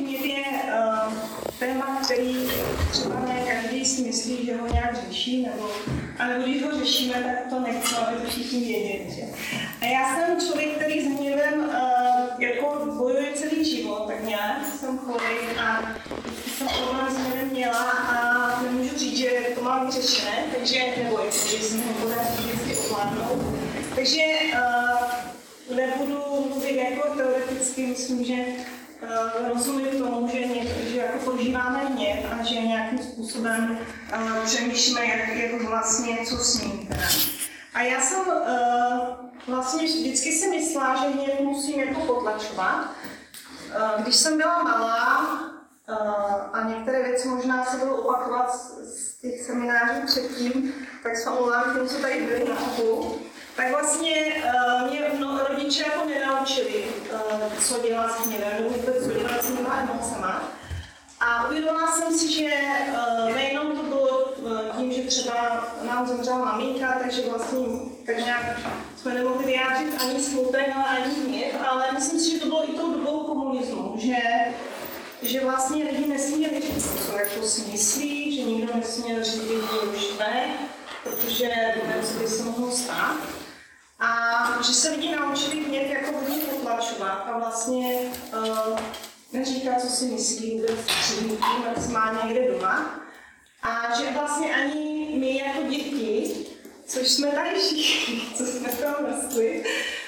hněv je téma, který třeba ne každý si myslí, že ho nějak řeší, nebo když ho řešíme, tak to nechce, aby to všichni věděli. Že? A já jsem člověk, který s hněvem jako bojuje celý život, tak nějak jsem chorý a jsem problém s hněvem měla a nemůžu říct, že to mám vyřešené, takže nebo jako, že jsem ho podařila vždycky ovládnout. Takže nebudu mluvit jako teoreticky, myslím, že rozumím tomu, že jako prožíváme hněv a že nějakým způsobem přemýšlíme, jak vlastně co s ním. A já jsem vlastně vždycky si myslela, že hněv musím jako potlačovat. Když jsem byla malá, a některé věci možná se budou opakovat z těch seminářů předtím, tak se omlouvám těm, co tady byli na obu. Tak vlastně mě rodiče jako nenaučili, co dělat s hněvem, nebo vůbec co dělat s těma emocema. A uvědomila jsem si, že nejenom to bylo tím, že třeba nám zemřela maminka, takže vlastně tak nějak jsme nemohli vyjádřit ani smutek, ale ani hněv, ale myslím si, že to bylo i tou dobou komunismu, že vlastně lidi nesměli říct, co jako si myslí, že nikdo nesměl říct, že už ne, protože nevím, co by se mohlo stát. A že se lidi naučili hněv jako hodně potlačovat a vlastně neříkat, co si myslí vůbec tři maximálně někde doma. A že vlastně ani my jako děti, což jsme tady všichni, co jsme tam rostli,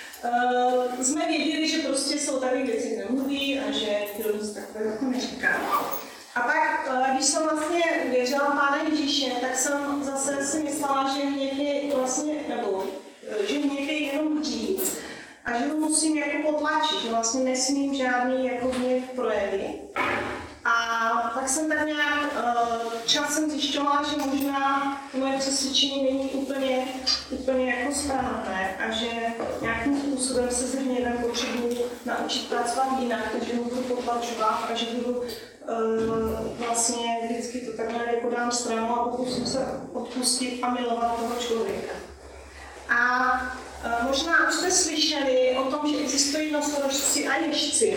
jsme věděli, že prostě jsou tady věci nemluví a že nikdo nic takové jako neříká. A pak, když jsem vlastně věřila Pána Ježíše, tak jsem zase si myslela, že hněv je vlastně, nebo že hněv je jenom říct a že ho musím jako potlačit, že vlastně nesmím žádný jako hněv projevit. A tak jsem tak nějak časem zjišťovala, že možná moje přesvědčení není úplně jako správné a že nějakým způsobem se s hněvem potřebuji naučit pracovat jinak, takže ho budu potlačovat a že budu vlastně vždycky to takhle jako dám stranou a pokusím se odpustit a milovat toho člověka. A možná už jste slyšeli o tom, že existují nosorožci a ježci.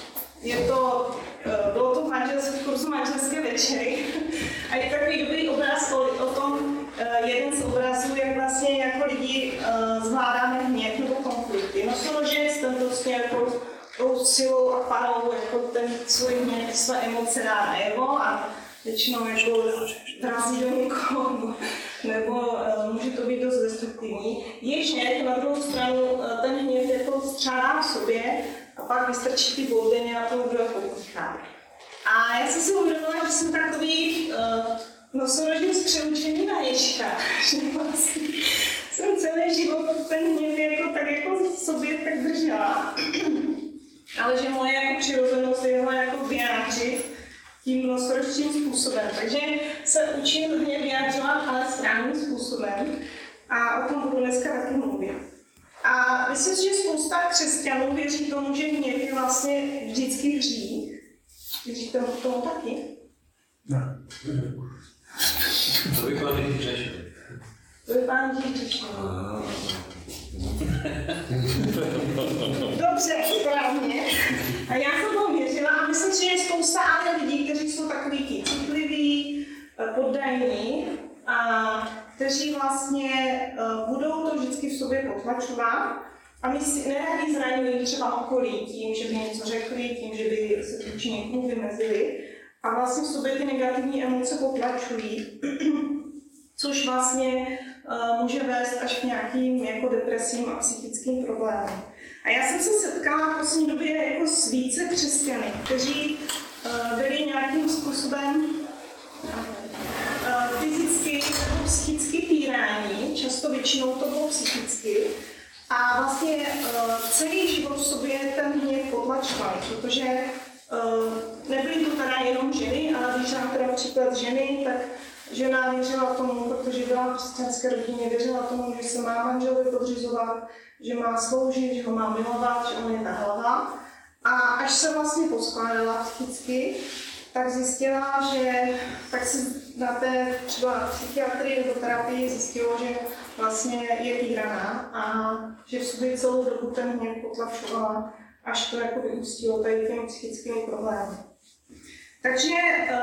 Bylo to v kurzu manželské večery a je takový dobrý obraz o tom, jeden z obrazů, jak vlastně jako lidi zvládáme hněv nebo konflikty. Nosorožec, ten prostě jako tou silou a parou jako ten svůj hněv, své emoce dá najevo a většinou jako trazí do někoho, nebo může to být dost destruktivní. Ježek na druhou stranu ten hněv jako střádá v sobě a pak vystrčí ty bouřeny a toho druhého potichá. A já jsem si uvědomila, že jsem takový nosorožec přeučený na ježka, že vlastně jsem celý život ten hněv jako tak jako v sobě tak držela. Ale že moje jako přirozenost je ho jako vyjádřit tím nosorožčím způsobem. Takže se učím hněv vyjádřovat, ale správným způsobem. A o tom budu dneska taky mluvit. A myslím si, že spousta křesťanů věří tomu, že hněv je vlastně vždycky hřích. Věříte tomu taky? Ne. To by Pán Ježíš řešil. To by Pán Ježíš řešil. Dobře, správně. A já jsem tomu věřila a myslím si, že je spousta lidí, kteří jsou takový citliví, poddaní a kteří vlastně budou to vždycky v sobě potlačovat a my si neradi zraňují třeba okolí tím, že by něco řekli, tím, že by se vůči někomu vymezili a vlastně v sobě ty negativní emoce potlačují, což vlastně může vést až k nějakým jako depresím a psychickým problémům. A já jsem se setkala v poslední době jako s více křesťany, kteří byli nějakým způsobem fyzicky nebo psychicky týrání, často většinou to bylo psychicky. A vlastně celý život v sobě ten hněv potlačovali, protože nebyly to teda jenom ženy, ale když nám teda příklad ženy, tak žena věřila tomu, protože byla v křesťanské rodině, věřila tomu, že se má manželovi podřizovat, že má sloužit, že ho má milovat, že on je ta hlava. A až se vlastně poskládala psychicky, tak zjistila, že tak se na té třeba psychiatrii nebo terapii zjistilo, že vlastně je týraná a že v sobě celou dobu ten hněv potlačovala, až to jako vyústilo tady těmi psychickými problémy. Takže,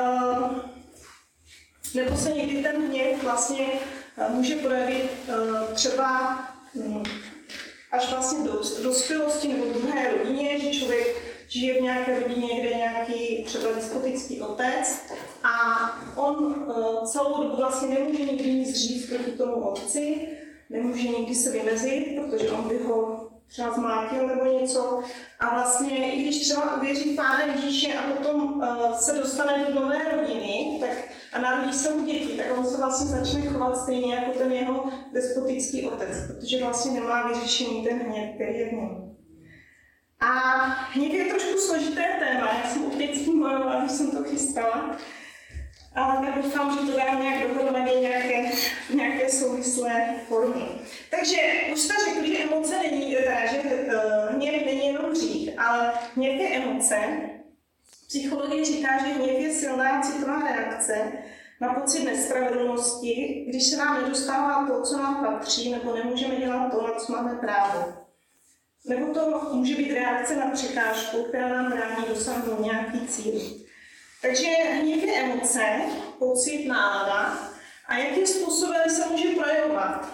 nebo se někdy ten hněv vlastně může projevit třeba až vlastně do dospělosti nebo v druhé rodině, že člověk žije v nějaké rodině, kde je nějaký třeba despotický otec a on celou dobu vlastně nemůže nikdy nic říct proti tomu otci, nemůže nikdy se vymezit, protože on by ho třeba zmlátil nebo něco. A vlastně, i když třeba uvěří v Pána Ježíše a potom se dostane do nové rodiny tak, a narodí se mu děti, tak on se vlastně začne chovat stejně jako ten jeho despotický otec, protože vlastně nemá vyřešený ten hněv, který je v něm. A hněv je trošku složité téma, já jsem opět s tím bojovala, když jsem to chystala. Ale tak doufám, že to dám nějak dohromady nějaké souvislé formy. Takže už jste řekli, že emoce není, že hněv není jenom hřích, ale hněv je emoce. Psychologie říká, že hněv je silná citová reakce na pocit nespravedlnosti, když se nám nedostává to, co nám patří, nebo nemůžeme dělat to, na co máme právo. Nebo to může být reakce na překážku, která nám brání dosáhnout nějaký cíl. Takže hněv je emoce, pocit, nálada a jakým způsobem se může projevovat?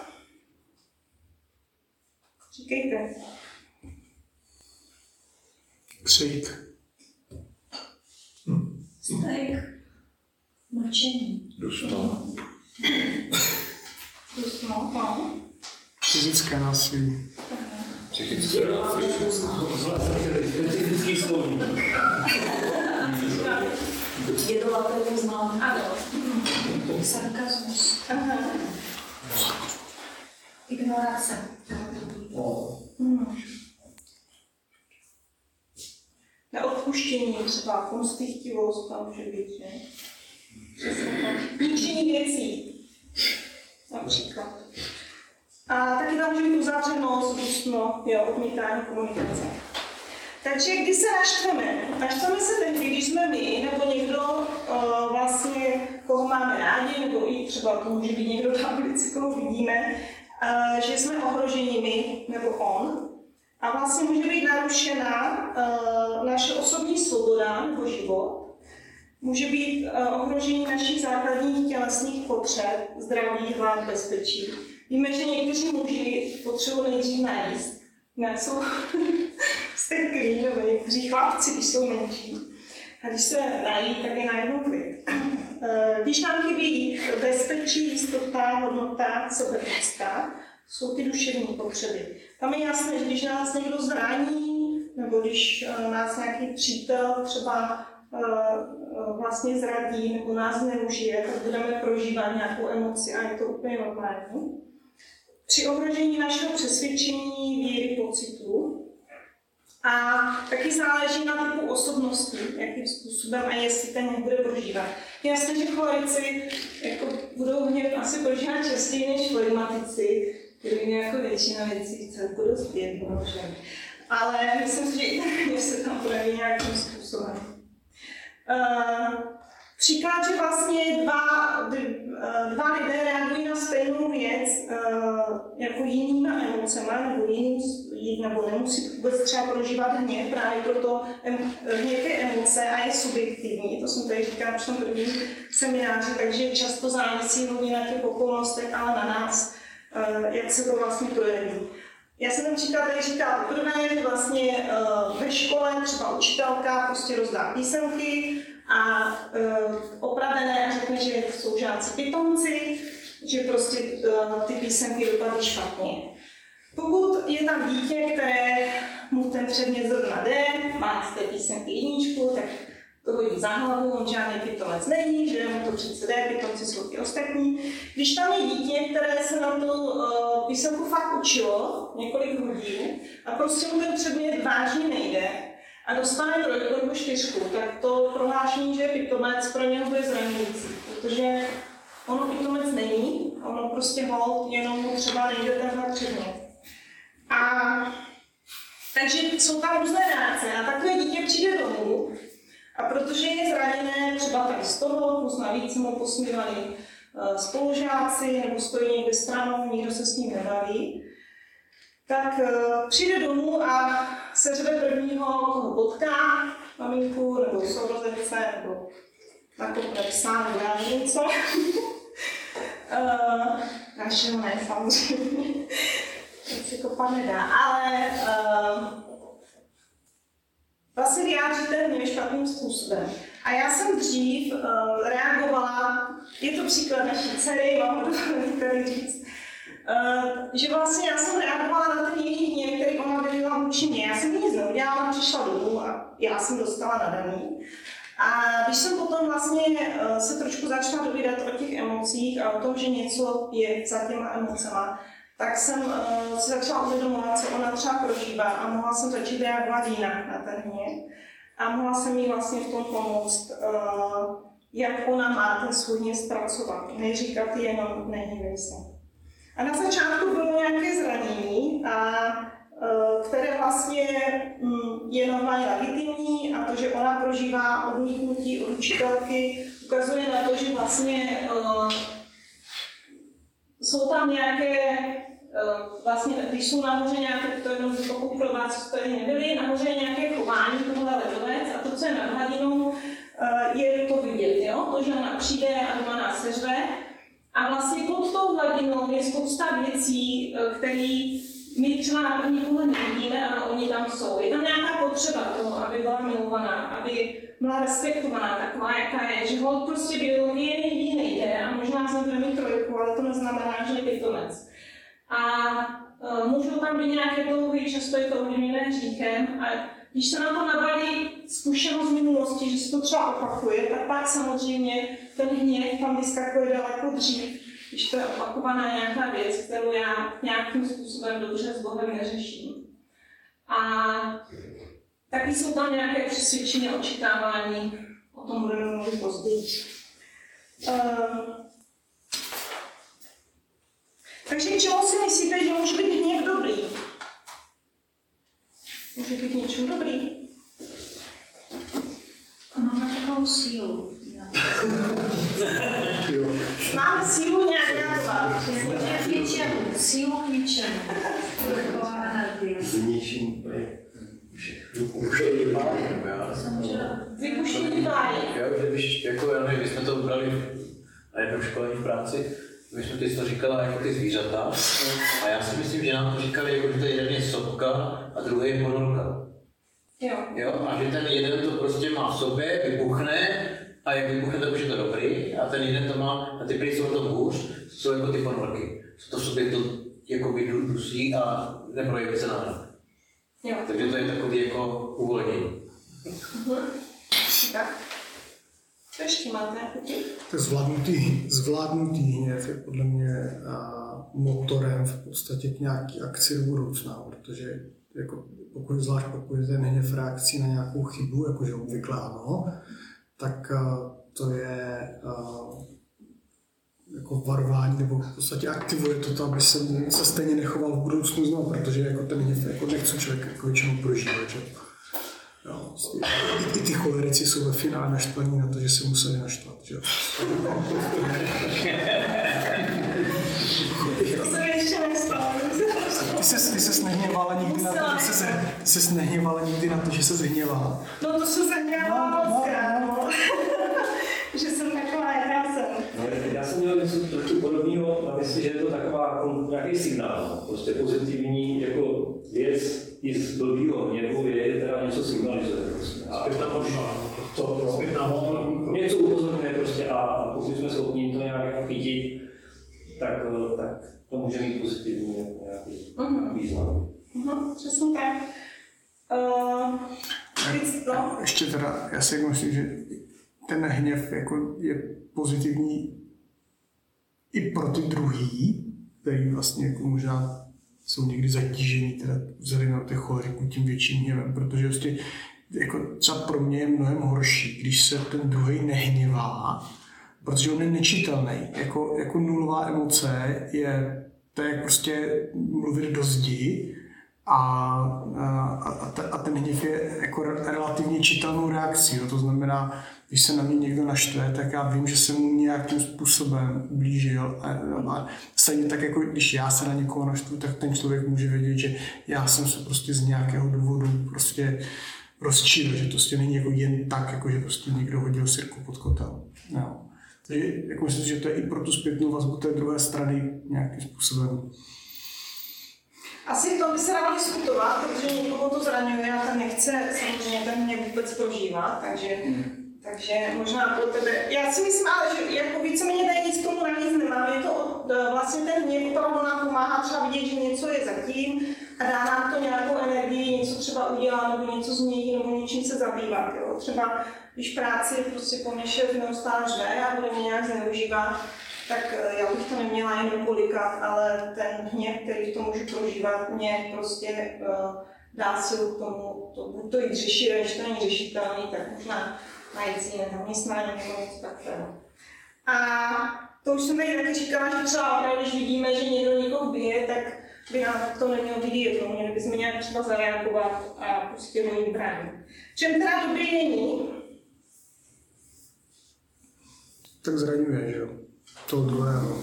Říkejte. Křik. Vztek. Mlčení. Dusno. Dusno, no. Fyzické násilí. Psychické násilí. Fyzický slovník. Jedolatelný znám. Ano. Sarkazmus. Aha. Ignorace. Neodpuštění třeba, pomstychtivost tam může být, že? Ničení věcí. Například. A taky tam může být uzavřenost, dusno, odmítání komunikace. Takže když se naštveme? Naštveme se tehdy, když jsme my, nebo někdo vlastně, koho máme rádi, nebo i třeba to může být někdo na ulici, koho vidíme, že jsme ohroženi my, nebo on. A vlastně může být narušena naše osobní svoboda nebo život. Může být ohrožení našich základních tělesných potřeb, zdraví, hlad, bezpečí. Víme, že někteří muži potřebují nejdřív najíst. Ne, jsou steklí, nebo někteří chlapci, když jsou menší. A když se nají, tak je najednou klid. Když nám chybí bezpečí, jistota, hodnota, sebeúcta, jsou ty duševní potřeby. Tam je jasné, že když nás někdo zraní, nebo když nás nějaký přítel třeba vlastně zradí, nebo nás neužije, tak budeme prožívat nějakou emoci a je to úplně normální. Při ohrožení našeho přesvědčení, víry, pocitu. A taky záleží na typu osobnosti, jakým způsobem a jestli ten hněv bude prožívat. Je jasné, že cholerici jako budou hněv asi prožívat častěji než flegmatici, který jako většina věcí celku dost jednoduše. Ale myslím si, že i ten hněv se tam projeví nějakým způsobem. Příklad, že vlastně dva lidé reagují na stejnou věc jako jinýma emocema, nebo nemusí vůbec třeba prožívat hněv, právě proto hněv je emoce a je subjektivní, to jsem tady říkala při tom prvním semináři, takže často závisí hodně na těch okolnostech, ale na nás, jak se to vlastně projeví. Já jsem ten příklad tady říkala poprvé, že vlastně ve škole třeba učitelka prostě rozdá písemky, a opravené a řekne, že jsou žáci pitomci, že prostě ty písemky vypadají špatně. Pokud je tam dítě, které mu ten předmět zrovna jde, má z té písemky jedničku, tak to hodí za hlavu, on žádný pitomec není, že mu to přece jde, pitomci jsou ty ostatní. Když tam je dítě, které se na tu písemku fakt učilo několik hodin a prostě mu ten předmět vážně nejde, a dostane trojku nebo 4, tak to prohlášení, že je pitomec, pro něho bude zraňující, protože ono pitomec není, ono prostě holt, jenom mu třeba nejde tenhle předmět. A takže jsou tam různé reakce a takové dítě přijde domů a protože je zraněné třeba tady z toho, plus navíc mu posmívali spolužáci nebo stojí někde stranou, nikdo se s ním nebaví, tak přijde domů a seřve prvního, koho potká, maminku nebo sourozenec rozhodce nebo nakopne psa, nebo já nevím co. Našeho ne, samozřejmě. To se kopat nedá, ale vlastně vyjádří ten hněv špatným způsobem. A já jsem dřív reagovala, je to příklad naší dcery, mám to tady říct, že vlastně já jsem reagovala na ten její hněv, který ona vyvíjela vůči mě. Já jsem jí nic neudělala, ona přišla domů a já jsem dostala nadaný. A když jsem potom vlastně se trošku začala dovídat o těch emocích a o tom, že něco je za těma emocema, tak jsem si začala uvědomovat, co ona třeba prožívá a mohla jsem začít reagovat jinak na ten hněv. A mohla jsem jí vlastně v tom pomoct, jak ona má ten svůj hněv zpracovat. Neříkat jenom nehněvej se. A na začátku bylo nějaké zranění, které vlastně je normálně legitimní a to, že ona prožívá odmítnutí od učitelky, ukazuje na to, že vlastně jsou tam nějaké, vlastně když jsou nahoře nějaké, to jenom pokud pro vás, co tady nebyly, nahoře je nějaké chování tohle ledovec a to, co je nad hladinou, je to vidět, jo? To, že ona přijde a doma nás seřve. A vlastně pod tou hladinou je spousta věcí, které my třeba na první pohled nevidíme, ale oni tam jsou. Je tam nějaká potřeba toho, aby byla milovaná, aby byla respektovaná, taková, jaká je, že hod prostě biologie nejde a možná jsem bude mít trojku, ale to neznamená, že je pitomec. A můžou tam být nějaké touhy, často je to ovlivněné hříchem a když se na to nabalí zkušenost z minulosti, že se to třeba opakuje, tak pak samozřejmě ten hněv tam vyskakuje daleko dřív, když to je opakovaná nějaká věc, kterou já nějakým způsobem dobře s Bohem neřeším. A taky jsou tam nějaké přesvědčení a očekávání, o tom budeme mluvit později. Takže k čemu si myslíte, že může být hněv dobrý? Může být něčím dobrý? Máme takovou sílu. Máme sílu nějak reagovat. K něčemu, sílu k něčemu. Taková energie. Vnějším Vypuštění báje. Jo, že když, jako já nevím, my jsme to brali na jednom školení v práci, my jsme ty to říkala jako ty zvířata a já si myslím, že nám to říkali, jako, že to jeden je sopka a druhý je ponorka. Jo, a že ten jeden to prostě má v sobě, vybuchne a jak vybuchne, tak už je to dobrý a ten jeden to má, a ty prý jsou to hůř, jsou jako ty ponorky. To v sobě to jako dusí a neprojeví se na Jo. Takže to je takový jako uvolnění. Tak. Co ještě máte? Tak zvládnutý hněv je podle mě motorem v podstatě k nějaký akci do budoucna, protože jako, zvlášť pokud je ten hněv reakcí na nějakou chybu, jakože obvykle ano, tak to je jako varování, nebo v podstatě aktivuje to, aby se stejně nechoval v budoucnu znovu, protože jako ten hněv jako nechce člověk jako většinou prožívat. Že? Jo, i ty cholerici jsou ve finále naštvaní na to, že se museli naštvat. Že? To se ještě nestalo. Ty ses nehněvala nikdy na to, že se zhněvala. No to se zhněvala no. Že jsem taková, jaká jsem. No, já jsem měl něco trošku podobného na mysli, že je to taková nějaký signál, prostě pozitivní jako věc i z blbýho hněvu je teda něco signalizuje. Prostě. Něco upozorňuje prostě a pokud jsme schopni to nějak chytit, tak to může mít pozitivní nějaký význam. Přesně tak. Ještě teda, já si myslím, že ten hněv jako je pozitivní i pro ty druhý, který vlastně jako možná jsou někdy zatížení, teda vzhledem na těch choleriků tím větším hněvem, protože vlastně jako třeba pro mě je mnohem horší, když se ten druhý nehněvá, protože on je nečitelný. Jako nulová emoce je to jak prostě mluvit do zdi a ten hněv je jako relativně čitelnou reakcí. To znamená, když se na mě někdo naštve, tak já vím, že jsem mu nějakým způsobem ublížil. A stejně tak, jako když já se na někoho naštvu, tak ten člověk může vědět, že já jsem se prostě z nějakého důvodu prostě rozčílit, že to prostě není jako jen tak, jako že prostě někdo hodil sirku pod kotel. No. Takže jako myslím, že to je i pro tu zpětnou vazbu té druhé strany nějakým způsobem. Asi to by se dalo diskutovat, protože někoho to zraňuje a ten nechce samozřejmě ten mě vůbec prožívat, takže možná pro tebe. Já si myslím, ale že jako víceméně tady nic k tomu navíc nemám. Je to vlastně ten hněv opravdu nám pomáhá třeba vidět, že něco je zatím a dá nám to nějakou energii, něco třeba udělat nebo něco změnit nebo něčím se zabývat. Jo? Třeba když práci prostě po mně šéf neustále řve a bude mě nějak zneužívat, tak já bych to neměla jen kolikat, ale ten hněv, který to můžu prožívat, mě prostě dá silu k tomu, buď to jít řešit, a když to není řešitelný, tak možná najít si jiné zaměstnání nebo něco takového. A to už jsem tady taky říkala, že třeba když vidíme, že někdo někoho bije, tak by nám to nemělo být jedno, měli bychom nějak třeba zareagovat a prostě ho jim bránit. Čem teda dobrý není? Tak zraňuje, že jo? Toho druhého.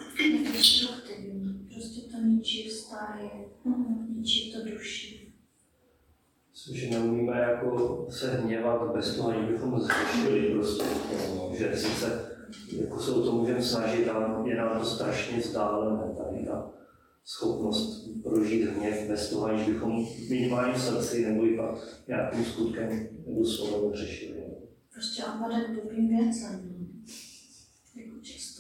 Prostě to ničí vztahy, ničí to duši. Myslím, že neumíme jako se hněvat bez toho, aniž bychom zřešili prostě. Že sice jako se o to můžeme snažit, ale je nám to strašně vzdálené, tady ta schopnost prožít hněv bez toho, aniž bychom minimálně v srdci nebo i pak nějakým skutkem nebo slovem řešili. Prostě apade k dobrým věcem. Jako často.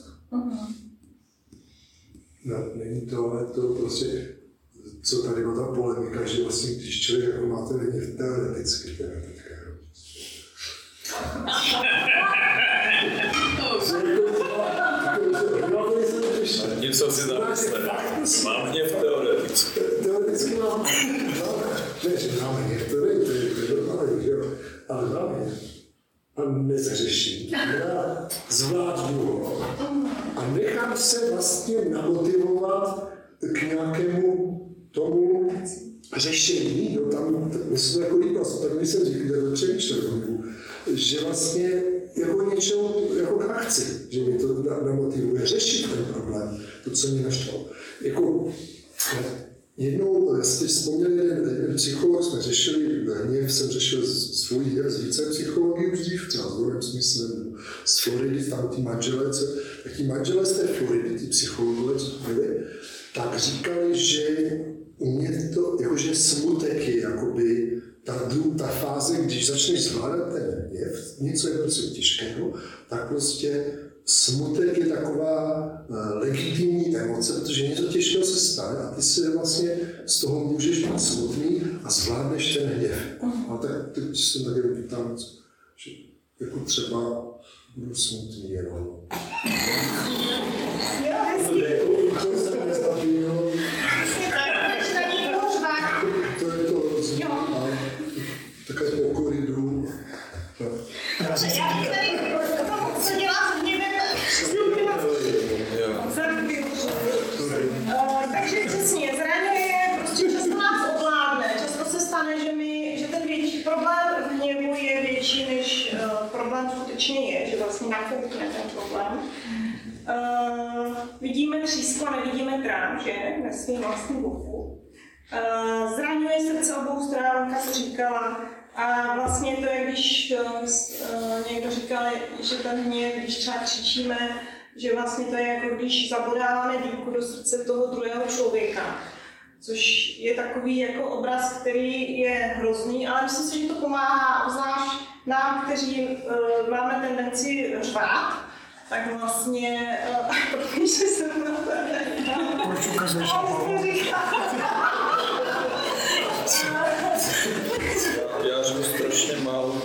No, není to, ale to prostě, co tady byla ta polemika, že vlastně, když člověk jako má ten hněv teoreticky, teda teďka, Něco si zamyslel. Mám hněv teoreticky. Teoreticky mám, ne, že máme hněv, to je normální, že jo, ale máme hněv. A nezařeším. Já zvládnu ho a nechám se vlastně namotivovat k nějakému tomu řešení. Jo, tam mi se to jako líbilo, tak když jsem říkal, přemýšlel, že vlastně jako něčeho jako chci, že mě to namotivuje řešit ten problém, to, co mě naštvalo. Jako, jednou jste vzpomněli jeden psycholog, jsme řešili, hněv jsem řešil svůj hněv z více psychologii už dřív, třeba s Borem Smyslem, z Floridy, tam ty manželé, tak ty manželé z té Floridy, ty psychologové, co byli, tak říkali, že u mě to, jakože smutek je jakoby ta fáze, když začneš zvládat ten hněv, něco je prostě těžkého, tak prostě smutek je taková legitimní emoce, protože něco těžkého se stane a ty se vlastně z toho můžeš být smutný a zvládneš ten hněv. A tak teď jsem taky dopýtám, že jako třeba budu smutný jenom. To je to hrozný. Takhle po koridoru. Já bych tady co dělá s hněvem. Takže přesně, zraňuje, prostě často nás ovládne. Často se stane, že ten větší problém v hněvu je větší, než problém skutečně je, že vlastně nakoukne ten problém. Vidíme třísko, nevidíme trám, že? Ve svým vlastním boku. Zraňuje srdce obou stran, jak to říkala. A vlastně to je, když někdo říkal, že ten hněv, když třeba křičíme, že vlastně to je jako když zabodáváme dýku do srdce toho druhého člověka. Což je takový jako obraz, který je hrozný, ale myslím si, že to pomáhá, obzvlášť nám, kteří máme tendenci řvát, tak vlastně, protože jsem na to Proč ukazuješ? Já řvu strašně málo.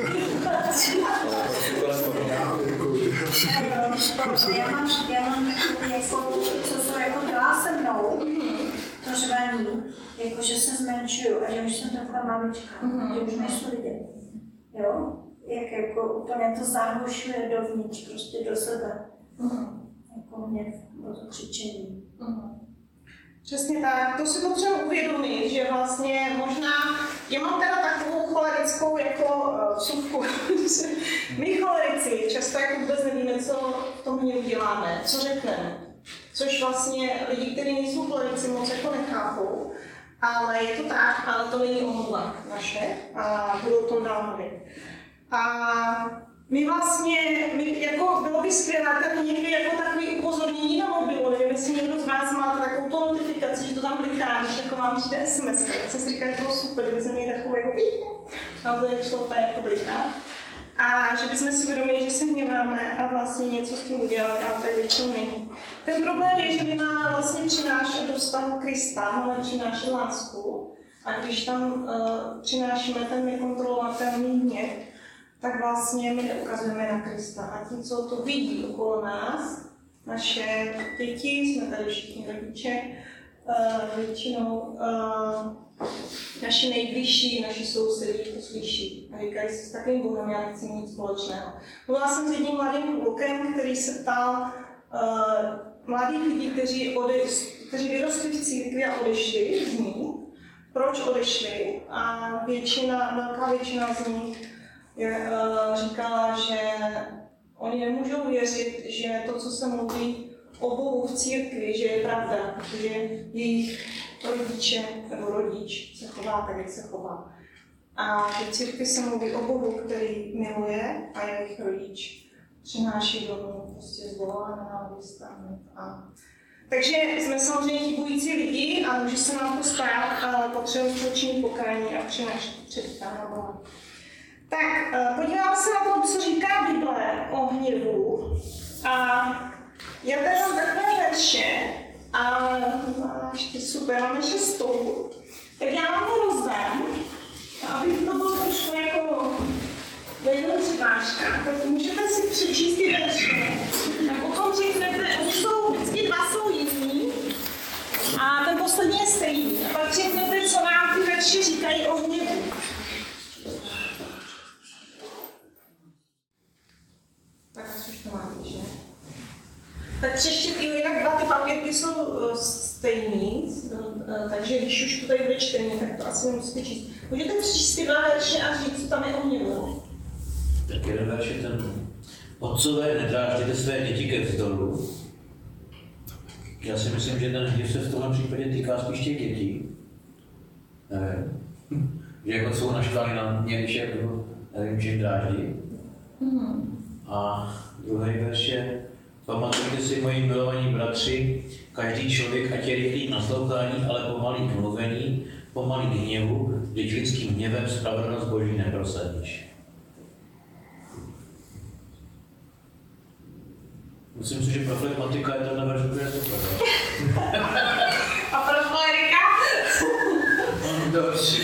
Já mám jako, co jsou jako dělá se mnou, to řvaní, jako že se zmenšuju a že už jsem taková malička, že už nejsou vidět. Jo? Jak jako úplně to zahlušuje dovnitř, prostě do sebe. Jako mě bylo to křičení. Přesně tak, to si potřebuji uvědomit, že vlastně možná, já mám teda takovou cholerickou jako vsuvku, my cholerici často jako vůbec nevíme, co v tom hněvu děláme, co řekneme, což vlastně lidi, kteří nejsou cholerici, moc jako nechápou. Ale je to tak, ale to není omluva naše a budou to dál. A my vlastně, jako bylo by skvělé, tak někdy jako takový upozornění na mobilu, nevím, jestli někdo z vás máte takovou tu notifikaci, že to tam bliká, když jako vám přijde SMS, tak jsem si říkala, že to bylo super, kdyby jsme měli takovou jako a to je člověk jako bliká. A že bychom si uvědomili, že se hněváme a vlastně něco s tím udělat, a tak většinou není. Ten problém je, že my má vlastně přinášet do vztahu Krista, ale přinášet lásku. A když tam přinášíme ten nekontrolovatelný hněv, tak vlastně my neukazujeme na Krista. A ti, co to vidí okolo nás, naše děti, jsme tady všichni rodiče, většinou naši nejbližší, naši sousedí to slyší a říkají si s takovým Bohem, já nechci mít společného. Mluvila jsem s jedním mladým klukem, který se ptal mladých lidí, kteří vyrostli v církvi a odešli z ní. Proč odešli? A velká většina z nich říkala, že oni nemůžou věřit, že to, co se mluví o Bohu v církvi, že je pravda, protože jejich rodiče nebo rodič se chová tak, jak se chová. A že v církvi se mluví o Bohu, který miluje a jejich rodič přináší domů prostě zlo a nenávist. Takže jsme samozřejmě chybující lidi a může se nám to stát, ale potřebujeme učinit pokání a přinášet před Pána Boha. Tak, podívám se na to, co říká Bible o hněvu. A já tady mám takové verše a ještě super, máme 6 stolů. Tak já vám to rozdám, aby to bylo trošku jako ve jednom přednáškách. Tak můžete si přečíst ty verše. A potom řeknete, oni jsou vždycky 2 jsou jiný a ten poslední je stejný. A pak řeknete, co nám ty verše říkají o hněvu. Tak asi už to máte, že? Tak přečtěte, jinak 2 ty papírky jsou stejný, takže když už to tady bude čtení, tak to asi nemusíte číst. Můžete přečíst ty 2 verše a říct, co tam je o hněvu? Tak jeden verš je ten. Otcové, nedrážděte své děti ke vzdolu. Já si myslím, že ten hněv se v tomhle případě týká spíš těch dětí. Nevím. Že jako jsou naštvaný na mě, když jako, nevím, že jim dráždí. A druhý verš je, pamatujte si, moji milovaní bratři, každý člověk, ať je rychlý k naslouchání, ale pomalý k mluvení, pomalý k hněvu, vždyť lidským hněvem spravedlnost Boží neprosadíš. Myslím si, že pro flegmatika je tenhle verš úplně super. A pro cholerika? Další.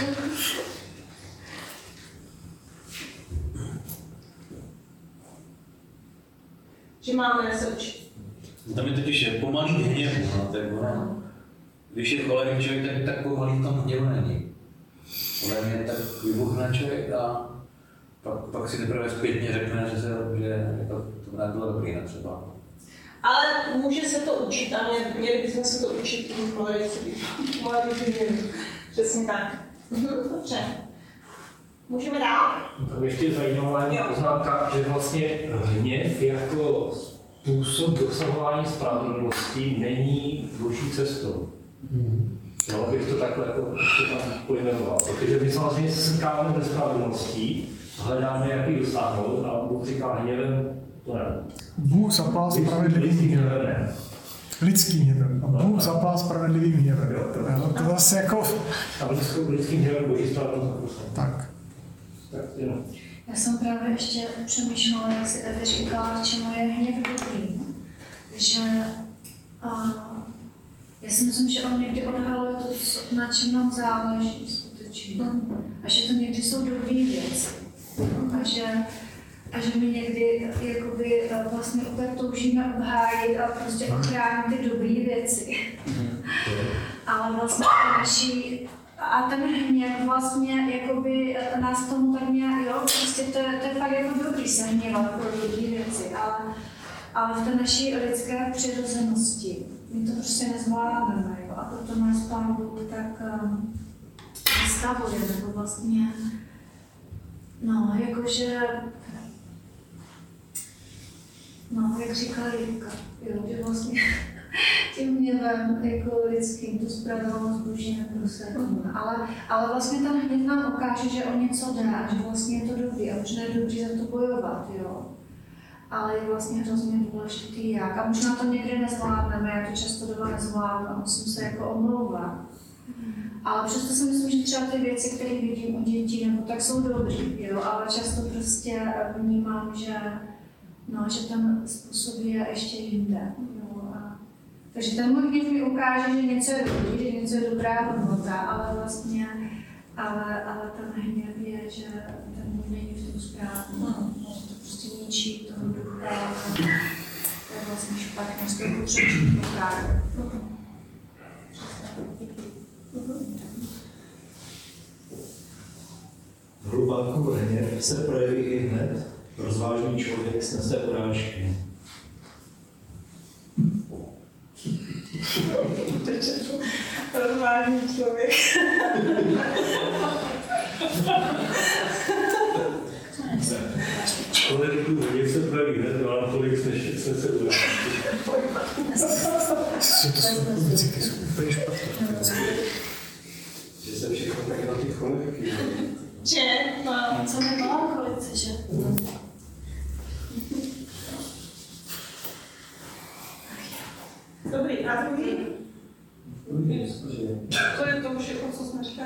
Že máme se učit. Tam je totiž pomalý hněvu, no, tak ono. Když je cholerik člověk, tak pomalý v tom hněvu není. Podle mě tak vybuchne člověk a pak si teprve zpětně řekne, že jako, to nebylo dobrý třeba. Ale může se to učit a měli bychom se to učit i v cholerice. Přesně tak. Dobře. Můžeme dál? Tam ještě zajímavá poznámka, že vlastně hněv jako způsob dosahování spravedlnosti není boží cestou. No, abych to takhle jako tam pojmenoval. Protože my samozřejmě se setkáváme ve spravedlností, hledáme, jak ji dosáhnout a Bůh říká hněvem, to ne. Bůh zaplá spravedlivým hněvem. Lidským hněvem. A Bůh zaplá spravedlivým hněvem. To zase jako... A lidským hněvem boží spravedlnost. Tak. Jenom. Já jsem právě ještě přemýšlela, jak si Evi říkala, čemu je hněv dobrý. Že já si myslím, že on někdy odhaluje to, na čem nám záleží skutečně. A že to někdy jsou dobré věci. A že my někdy jakoby, vlastně úplně toužíme obhájit a prostě ochránit ty dobré věci. Ale vlastně naší a ten hněv vlastně jakoby nás tomu tak nějak, jo, prostě to je fakt jako dobrý se hněvat pro dobré věci, ale v té naší lidské přirozenosti my to prostě nezvládneme, jo, a proto nás Pán Bůh tak vystavuje, nebo vlastně, no, jakože, no, jak říkala Jirka, jo, že vlastně tím hněvem, jako lidským, tu spravedlnost Boží neprosadíme. Ale vlastně ten hněv nám ukáže, že o něco jde a že vlastně je to dobrý a možná je dobrý za to bojovat, jo. Ale je vlastně hrozně důležitý jak. A možná to někdy nezvládneme, já to často doma nezvládnu a musím se jako omlouvat. Ale přesto si myslím, že třeba ty věci, které vidím u dětí, nebo tak jsou dobrý, jo, ale často prostě vnímám, že ten způsob je ještě jinde. Jo, takže ten můj hněv mi ukáže, že něco je dobrý, že něco je dobrá hodnota, ale vlastně, ale ten hněv je, že ten můj není v tom správný, že to prostě ničí toho ducha, to je vlastně špatně, z toho potřebujeme pokárat. Hlubáků hněv se projeví i hned. Rozvážný člověk snese urážky. Rozvážný člověk. Člověku hněv se projeví hned, ale tolik snese urážky. To jsou věci, které jsou úplně špatné. Že se všechno tak na těch konech. Že mám Co nebyla okolice, že? dobrý, a druhý? To je to všechno, co jsme říkali.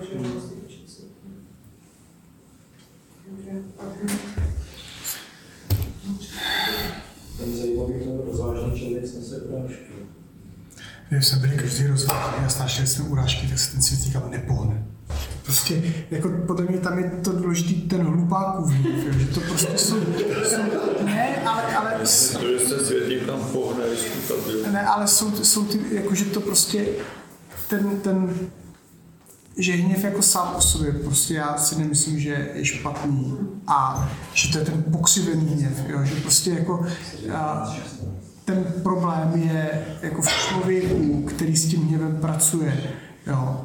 Ten zajímavý rozvážný člověk snese urážky. Kdyby jsme byli každý rozvážný a snášeli jsme urážky, tak se ten svět nikam nepohne. Prostě, jako podle mě tam je to důležitý ten hlupákův hněv, že to prostě jsou ne, ale To, že se svět někam pohne, ne, ale jsou ty, jako že to prostě, ten že hněv jako sám o sobě, prostě já si nemyslím, že je špatný a že to je ten pokřivený hněv, jo, že prostě jako ten problém je jako v člověku, který s tím hněvem pracuje, jo,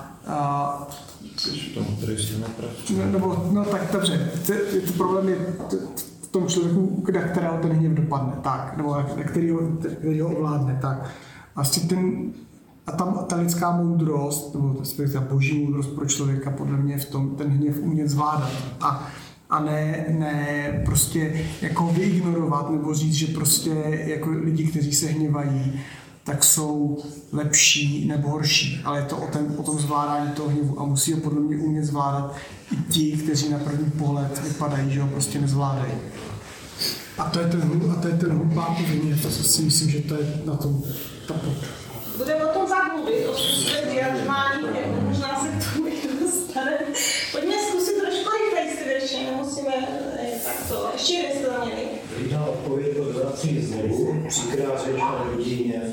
no tak dobře, to problém je v tom člověku, na kterého ten hněv dopadne, tak, nebo na který ho ovládne, tak. A tam ta lidská moudrost, nebo ta boží moudrost pro člověka podle mě v tom ten hněv umět zvládat. A ne prostě jako vyignorovat nebo říct, že prostě jako lidi, kteří se hněvají, tak jsou lepší nebo horší, ale je to o tom zvládání toho hněvu a musí ho podle mě umět zvládat i ti, kteří na první pohled vypadají, že ho prostě nezvládají. A to je ten hlupákův hněv, to si myslím, že to je na tom Budeme o tom zamluvit, o způsobem vyjadřování, jako možná se k tomu dostane. Pojďme zkusit trošku rychleji si většině, nemusíme takto. Ještě jednou jste to měli. Jediná odpověď od vrací znovu, třikrát řeč a rodí hněv.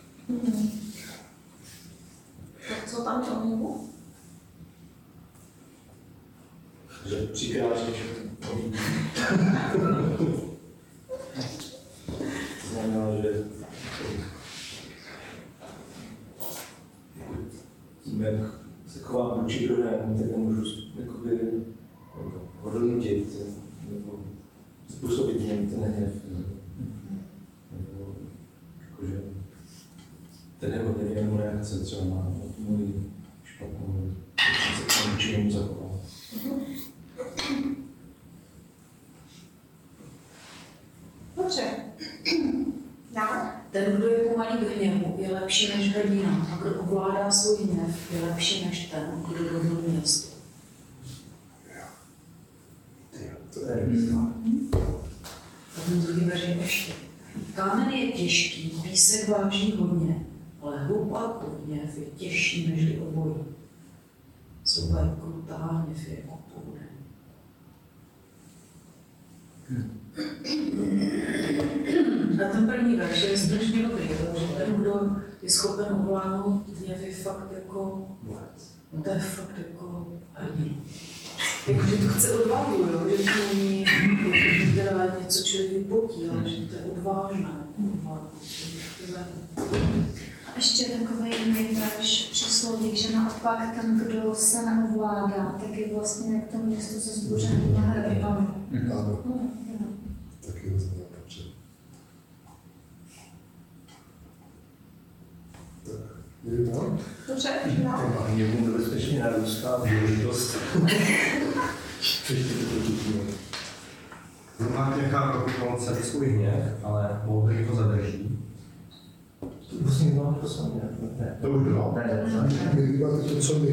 Tak co tam je o hněvu? Že třikrát řeč a rodí to znamená, že tím, jak se chovám vůči druhému, tak nemůžu hodnotit nebo způsobit něm ten hněv. Jakože ten jeho hněv je jenom reakce třeba na tu moji špatnou se vůči němu zachovám. Dobře. Ten, kdo je pomalý k hněvu, je lepší než hrdina. A kdo ovládá svůj hněv, je lepší než ten, kdo dohodl město. To je výzva. A ten druhý veřejně ještě. Kámen je těžký, písek váží hodně, ale hlupákův hněv je těžší než obojí. Slova je krutá, hněv je jako pohoden. A ten první verš je strašně dobrý, protože ten, kdo je schopen ovládnout hněv, je fakt jako, to je fakt jako hrdý. Jakože to chce odvahu, jo? Že to není teda něco člověk vypotí, ale že to je odvážné. A ještě takový jiný verš přísloví, že naopak ten, kdo se neovládá, tak je vlastně jak to město se zbořeným hradbami. Ano. Taky rozumím, dobře. Dobře, no. A hněvu nebezpečně narůstá důležitost. Normálně nechá propuknout celý svůj hněv, ale moudrý ho zadrží. To vlastně bylo to samé, ne? To už bylo? Ne. My máte to, co my.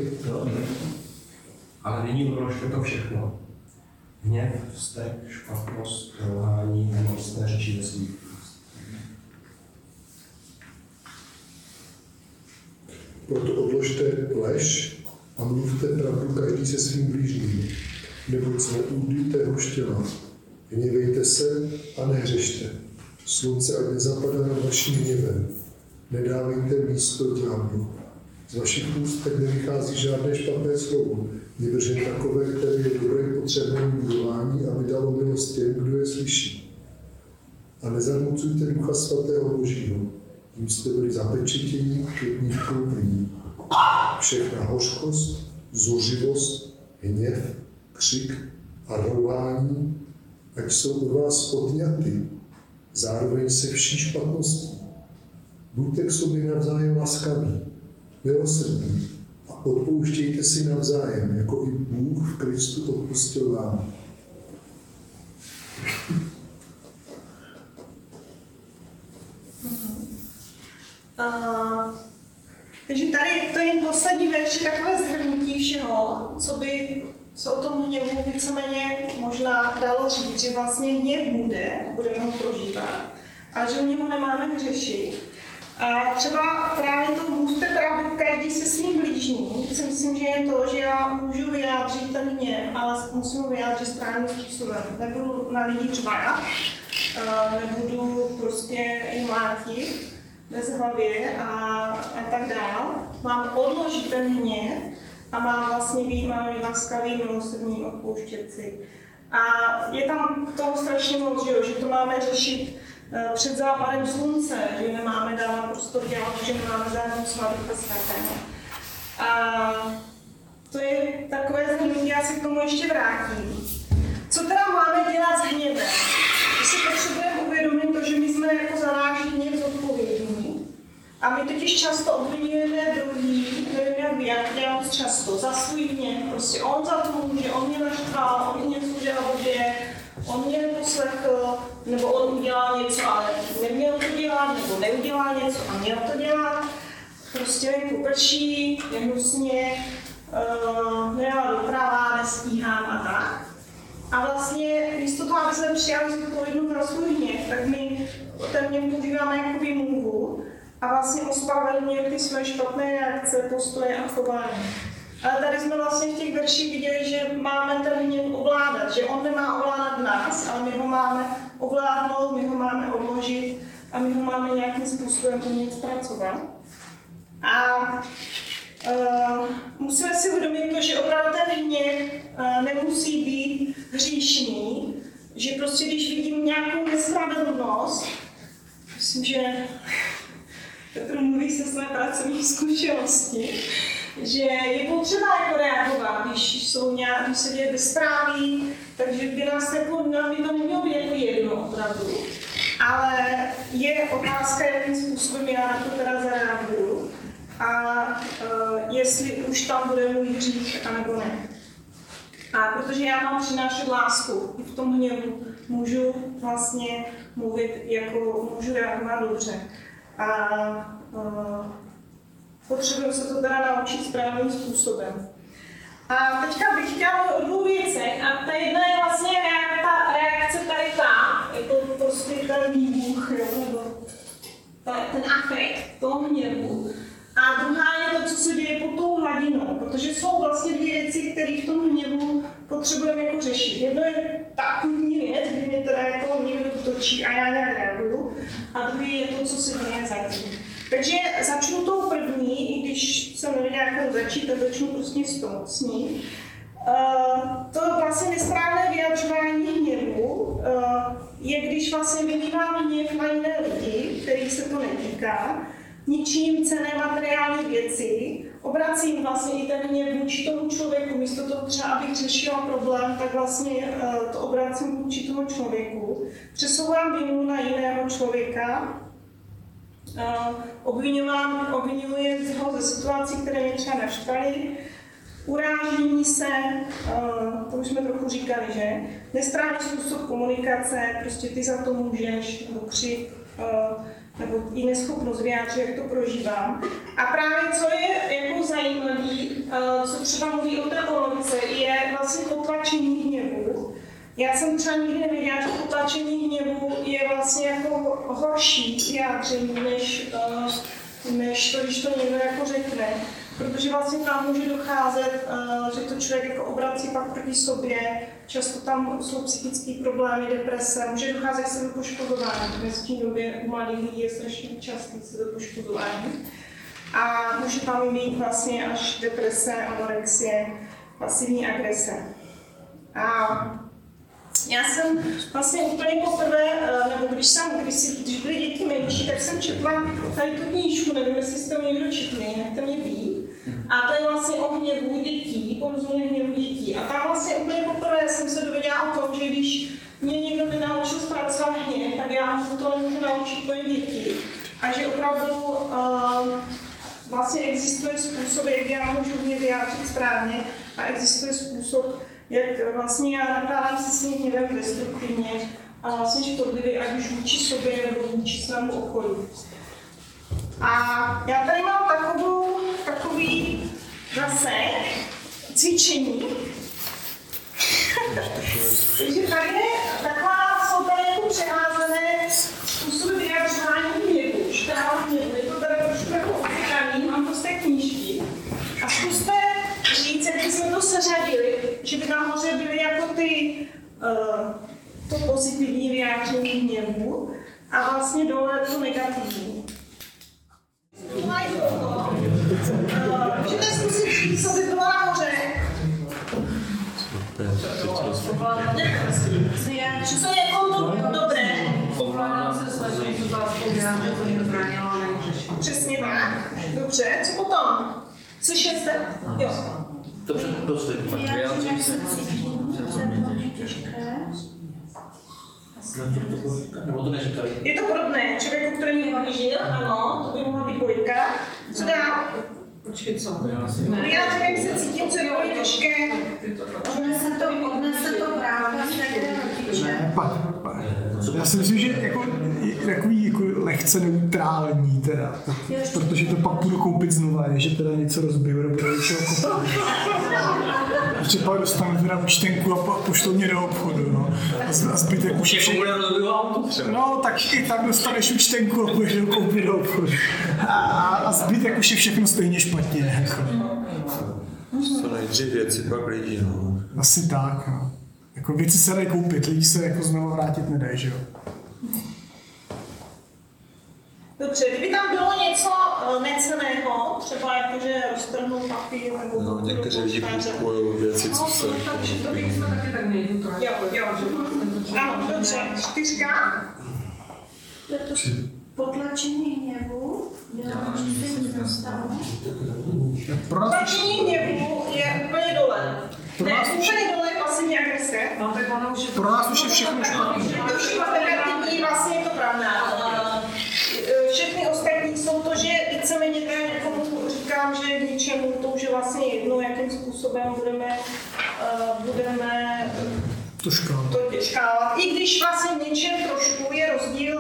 Ale nyní odložte to všechno. Hněv, vztek, špatnost, lhání, nemocné řeči ze svých úst. Proto odložte lež a mluvte pravdu každý se svým blížním, neboť jsme údy téhož těla. Hněvejte se a nehřešte. Slunce ať nezapadá nad vaším hněvem. Nedávejte místo ďáblu. Z vašich úst tak nevychází žádné špatné slovo, nýbrž jen takové, které je dobré potřebné budování, aby dalo milost těm, kdo je slyší. A nezarmucujte Ducha Svatého Božího, tím jste byli zapečetěni k dní vkoupení. Všechna hořkost, zuřivost, hněv, křik a rouhání, ať jsou od vás odňaty, zároveň se vší špatností. Buďte k sobě navzájem laskaví, milosrdní a odpouštějte si navzájem, jako i Bůh v Kristu odpustil vám. Takže tady to je jen poslední verš, takové shrnutí všeho, co o tom hněvu víceméně možná dalo říct, že vlastně hněv budeme ho prožívat, a že o němu nemáme řešit. A třeba právě to mluvte pravdu každý se svým blížním, si myslím, že je to, že já můžu vyjádřit ten hněv, ale musím ho vyjádřit správným způsobem. Nebudu na lidi řvát, nebudu prostě jim mlátit bez hlavě a tak dál. Mám odložit ten hněv a mám vlastně být laskavý, milosrdný, odpouštět si. A je tam toho strašně moc, že to máme řešit před západem slunce, že nemáme dávat prostor dělat, že nemáme zahrnovat Ducha Svatého. A to je takové zhrnutí, já se k tomu ještě vrátím. Co teda máme dělat s hněvem? My si potřebujeme uvědomit to, že my jsme jako za náš hněv zodpovědní. A my totiž často obvinujeme druhý, nevím jak dělám často, za svůj hněv. Prostě on za to může, on mě naštval, on mě služil vodě, on mě neposlechl, nebo on udělal něco, ale neměl to dělat, nebo neudělal něco a měl to dělat. Prostě poprší, je hnusně, nedává doprava, nestíhám a tak. A vlastně místo toho, aby jsme přijali zodpovědnost za svůj hněv, tak my ten hněv používáme jako výmluvu a vlastně ospravedlňujeme ty své špatné reakce, postoje a chování. Ale tady jsme vlastně v těch verších viděli, že máme ten hněv ovládat, že on nemá ovládat nás, ale my ho máme ovládnout, my ho máme odložit a my ho máme nějakým způsobem umět zpracovat. A musíme si uvědomit to, že opravdu ten hněv nemusí být hříšný, že prostě když vidím nějakou nespravedlnost, myslím, že Petr mluví se své pracovní zkušenosti, že je potřeba jako reagovat, když se děje bezpráví, takže by nás jako, nám by to nemělo být jako jedno opravdu. Ale je otázka, jakým způsobem já na to teda zareaguju a jestli už tam bude můj hřích, anebo ne. A protože já mám přinášet lásku, v tom hněvu můžu vlastně mluvit, jako můžu reagovat dobře. A potřebuji se to teda naučit správným způsobem. A teďka bych chtěla o dvou věcech a ta jedna je vlastně ta reakce tady jako prostě ten výbuch, nebo ten afekt toho hněvu. A druhá je to, co se děje pod tou hladinou, protože jsou vlastně dvě věci, které v tom hněvu potřebujeme jako řešit. Jedno je ta akutní věc, kdy mě teda jako někdo točí a já nějak reaguju, a druhý je to, co se děje zatím. Takže začnu tou první, i když jsem nevěděla, jak to začít, tak začnu prostě s ní. To vlastně nesprávné vyjadřování hněvu je, když vlastně vylívám hněv na jiné lidi, kterých se to netýká, ničím cenné materiální věci, obracím vlastně i ten hněv vůči tomu člověku, místo toho třeba, abych řešila problém, tak vlastně to obracím vůči tomu člověku, přesouvám vinu na jiného člověka obvinuje ho ze situací, které mě třeba naštvaly, urážení se, to už jsme trochu říkali, že? Nesprávný způsob komunikace, prostě ty za to můžeš, nebo křik, nebo i neschopnost vyjádřit, jak to prožívám. A právě co je jako zajímavé, co třeba mluví o té ponorce, je vlastně potlačení hněvu. Já jsem třeba nikdy nevěděla, že potlačení hněvu je vlastně jako horší vyjádření, než to, když to někdo jako řekne. Protože vlastně tam může docházet, že to člověk jako obrací pak proti sobě, často tam jsou psychické problémy, deprese, může docházet k sebepoškozování. V dnešní době u mladých lidí je strašně častý sebepoškozování. A může tam mít vlastně až deprese, anorexie, pasivní agrese. A já jsem vlastně úplně poprvé, nebo když byly děti menší, tak jsem četla tady tu knížku, nevím, jestli jste to někdo četli, nechte mě být. A to je vlastně o hněvu dětí, porozumění hněvu dětí. A tam vlastně úplně poprvé jsem se dověděla o tom, že když mě někdo nenaučil zpracovat hněv, tak já mu to nemůžu naučit moje děti. A že opravdu vlastně existuje způsob, jak já můžu hněv vyjádřit správně a existuje způsob, jak vlastně já nakládám se svým hněvem destruktivně a vlastně škodlivý, ať už vůči sobě nebo vůči svému okolí. A já tady mám takový zase cvičení. Takže tady jsou tady jako přeházené způsoby vyjadřování hněvu, štála hněvu. Je to tady trošku jako obykaný, mám to z té knížky. A zkuste říct, jak jsme to seřadili, že by nahoře byly jako to pozitivní vyjádření hněvu a vlastně dole to negativní. Můžete zkusit říct, co by bylo nahoře? Co je jako to dobré? Přesně tak. Dobře, co potom? Co šesté? Jo. Dobře, vyjádřím se cítím, že to mě těžké. Nebo to neříkali? Je to podobné. Člověku, který mě žil, ano, to by mohla být dvojka. Co dál? Počkej, co? Vyjádřím se cítím, co je velmi těžké. Odnese to brácha z té rodiče. Ne, pak. Já si myslím, že jako, je takový jako lehce neutrální teda, protože to pak budu koupit znova, že teda něco rozbiju nebo něco koupit. Protože pak dostanu teda účtenku a pošlou mě do obchodu, no. A zbytek už je všechno. No, tak i tak dostaneš účtenku a půjdeš koupit do obchodu. A zbytek už je všechno stejně špatně, jako. Co nejdřív věci, pak lidi, no. Asi tak, no. Jako věci se dají koupit, lidi se jako znovu vrátit nedají, že jo? Dobře, kdyby tam bylo něco necenného, třeba jakože roztrhnout papír nebo... No, někteří lidi kupují věci, co se... To bych jsme taky tak nejdu. Jo. Ano, dobře. 4. Je to potlačení hněvu, dělám, že se nic nestalo. Potlačení hněvu je úplně dole. Ne, úplně dole je pasivní agrese. Pro nás už je všechno špatné. To všechno negativní, vlastně je to pravda. Všechny ostatní jsou to, že víceméně někomu říkám, že k ničemu to už je vlastně jedno, jakým způsobem budeme to škálat. I když vlastně v něčem trošku je rozdíl,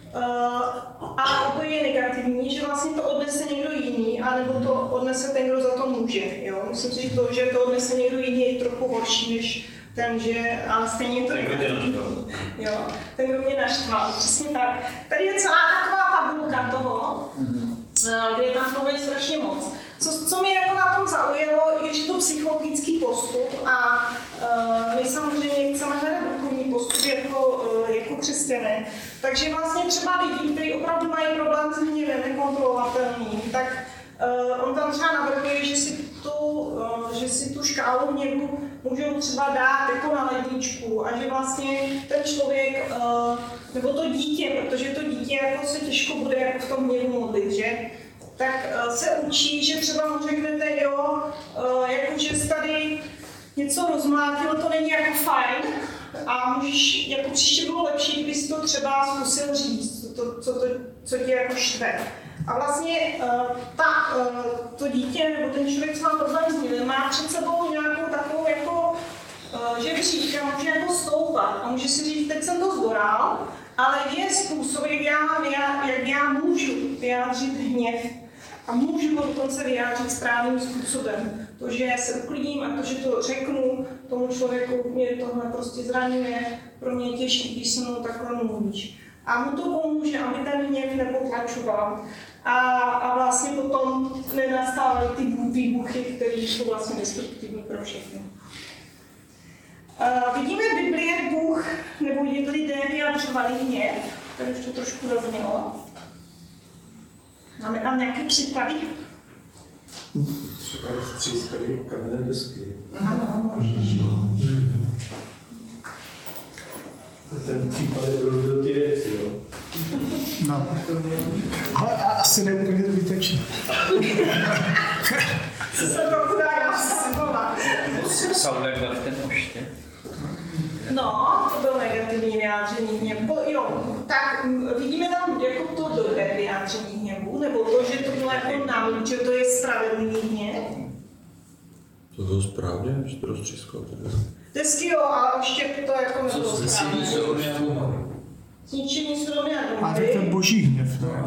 a to je negativní, že vlastně to odnese někdo jiný, anebo to odnese ten, kdo za to může. Jo? Myslím si, že to odnese někdo jiný je trochu horší, než ten, že, ale stejně to negativní. Jo, ten, kdo mě naštval, přesně tak. Tady je celá taková tabulka toho, kde je tam toho strašně moc. Co mě jako na tom zaujalo, je, že to psychologický postup a my samozřejmě chceme hledat duchovní postup jako křesťané. Takže vlastně třeba lidi, kteří opravdu mají problém s hněvem nekontrolovatelný, tak on tam třeba navrhuje, že si tu škálu hněvu můžou třeba dát jako na ledničku a že vlastně ten člověk, nebo to dítě, protože to dítě jako se těžko bude jako v tom hněvu modlit, že? Tak se učí, že třeba mu řeknete, jo, jakože jsi tady něco rozmlátil, to není jako fajn, a můžeš, jako příště bylo lepší, kdybys to třeba zkusil říct, co tě jako štve. A vlastně to dítě nebo ten člověk, co má problém s ním, má před sebou nějakou takovou jako žebřík a může jako stoupat a může si říct, teď jsem to zboral, ale je způsob, jak já můžu vyjádřit hněv a můžu ho dokonce vyjádřit správným způsobem. To, že se uklidím a to, že to řeknu tomu člověku, mě tohle prostě zraňuje, pro mě je těžké, když se mnou takhle mluvíš. A mu to pomůže, aby ten hněv nepotlačoval. A vlastně potom nenastávají ty výbuchy, které jsou vlastně destruktivní pro všechny. Vidíme v Biblii, jak Bůh nebo lidé vyjadřovali hněv, tady už to trošku zaznělo. Máme tam nějaké příklady? Třeba střískali kamenné desky. Ano, můžeš. Ten případ je byl ty věci, jo? No. Ale asi neúplně zbytečné. Co se to dá symbolizoval? Saulek byl v ten oště. No, to bylo negativní vyjádření hněvu. Jo, tak vidíme tam jako to dobré vyjádření hněvu, nebo to, že to bylo jako nám, že to je spravedlivý hněv. To bylo správně, že to roztřískal teda. Desky jo, ale ještě to jako nebylo správně. Zničení Sodomy a Gomory. A tak to je boží hněv, ne?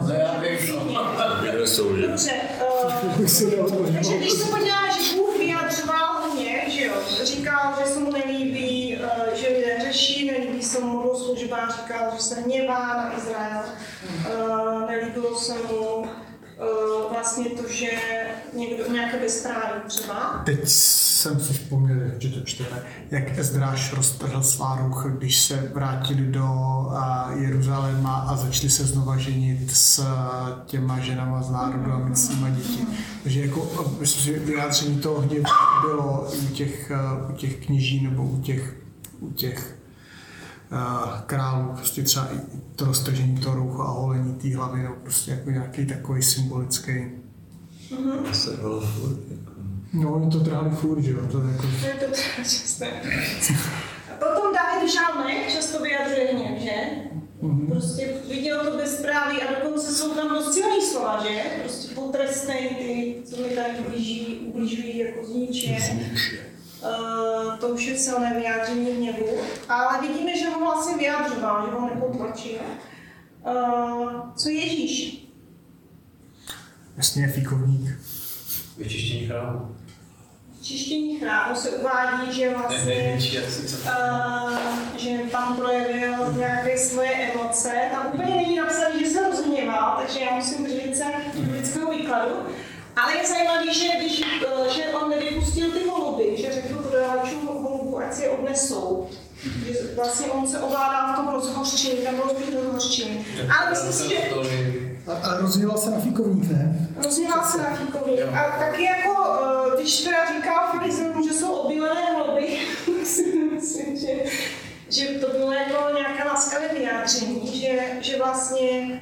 Dobře, takže když se podíváme, že Bůh vyjadřoval hněv, že jo, říkal, že se mu nelíbí, že lidé řeší, nelíbí se mu bohoslužba, říkal, že se hněvá na Izrael, nelíbilo se mu vlastně to, že někdo nějaké bezpráví třeba. Teď jsem si vzpomněl, že to čteme, jak Ezdráš roztrhl svá rucha, když se vrátili do Jeruzaléma a začali se znova ženit s těma ženama z národu a mít s nima děti. Takže jako, myslím, že vyjádření toho hněvu bylo u těch kněží nebo u těch králů, prostě třeba i to roztržení toho roucha a holení té hlavy, nebo prostě jako nějaký takový symbolický. Se bylo furt, jako. No, oni to trhali furt, že jo? To je jako... Je to časté. Potom David v žalmech často vyjadřuje hněv, že? Prostě viděl to bezpráví a dokonce jsou tam dost silný slova, že? Prostě potrestnej ty, co mi tady ubližují jako zničí. To už je silné vyjádření hněvu, ale vidíme, že ho vlastně vyjadřoval, že ho nepotlačil. Co Ježíš? Jasně, fikovník. Vyčištění chrámu. Čištění chrámu se uvádí, že vlastně, že tam projevil nějaké svoje emoce. Tam úplně není napsané, že se rozhněval, takže já musím držet se biblického výkladu. Ale je zajímavé, že on nevypustil ty holuby, že řekl prodavačům holubů, ať si je odnesou. Že vlastně on se ovládal v tom rozhořčení, tam rozbít rozhořčení. Ale myslím si, že... A rozhněval se na fikovník, ne? Rozhněval se na fikovník. A taky jako, když teda říkal farizejům, že jsou obílené holuby, myslím, že to bylo jako nějaké laskavé vyjádření, že vlastně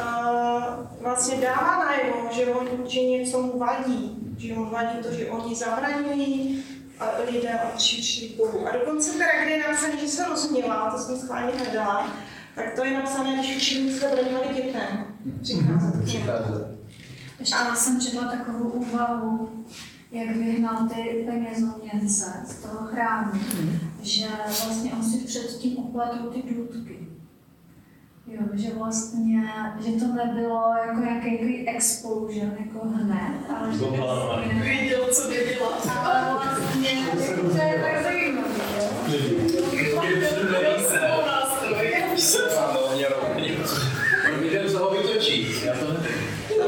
dává najevo, že něco mu vadí, že mu vadí to, že oni zabraňují lidé od přišli Bohu. A dokonce teda, kde je napsané, že se rozhněvá, to jsem schválně hledala, tak to je napsané, když učeníci zabraňovali dětem přicházet. Ještě jsem četla takovou úvahu, jak vyhnal ty penězoměnce z toho chrámu, že vlastně on si předtím opletl ty důtky. Jo, že vlastně, že to nebylo jako nějaký explosion, jako hned, ale že vlastně Viděl, co by dělat. Ale vlastně, to je tak zajímavé, Viděl, co ho vytočí. Já to nevím.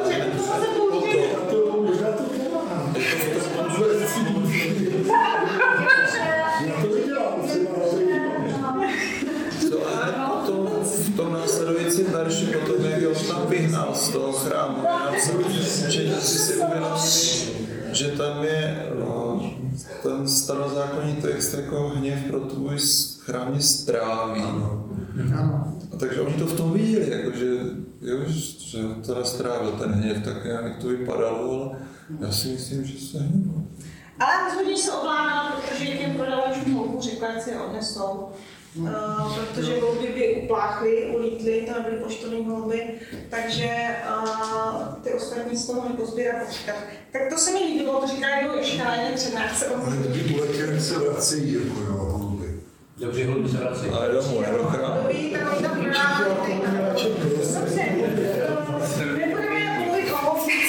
V tom následujícím verši potom, jak ho tam vyhnal z toho chrámu, že si uvědomili, že tam je ten starozákonní text jako hněv pro tvůj chrám je stráví. A takže oni to v tom viděli, jako že to nestrávil ten hněv, tak jak to vypadalo, ale já si myslím, že se hněval. Ale rozhodně se ovládal, protože těm prodavačům holubu řekla, ať si je odnesou. protože holuby by upláchly, ulítly, to nebyly poštovní holuby, takže ty ostatní z toho nepozbírat počkat. Tak to se mi líbilo, to říká jednou ještě na jedné přednášce. Ale kdyby uletěli se vracejí, jako jo, holuby. Dobře, holuby se vracejí. Ale domů, nedochránu. Nebudeme mluvit o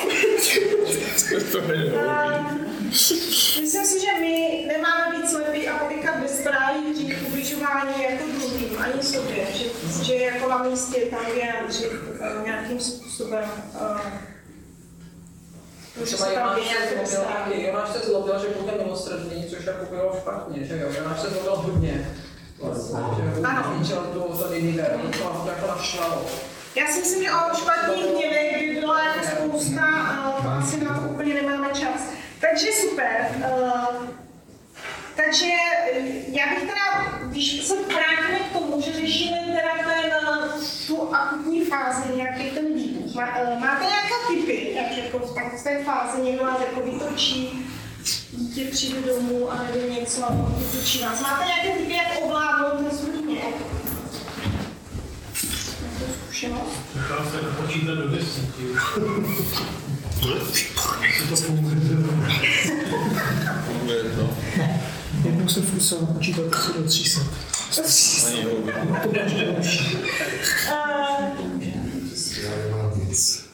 myslím si, že my nemáme být slepí a polikat bezpráví, říct ubližování jako druhým, ani sobě, že jako na místě tam vyjádřit nějakým způsobem. Třeba Jonáš se zlobil, že bude milosrdný, což jako bylo špatně, že jo? Jonáš se zlobil hodně. Ano. To Ninive, to jako našlalo. Já si myslím, že o špatných hněvech by byla jako spousta, asi na to úplně nemáme čas. Takže super. Takže já bych teda, když se vrátíme k tomu, že řešíme teda tu akutní fázi, nějaký ten výbuch. Máte nějaké tipy, jak jako v té fázi někdo vás jako vytočí, dítě přijde domů a nebo něco vytočí vás. Máte nějaké tipy, jak ovládnout ten svůj hněv? Zkušenost? Nechal se počítat do 10. To funguje. Funguje to. Jednou jsem musel počítat asi do 300. Ani holuby. Já nemám nic.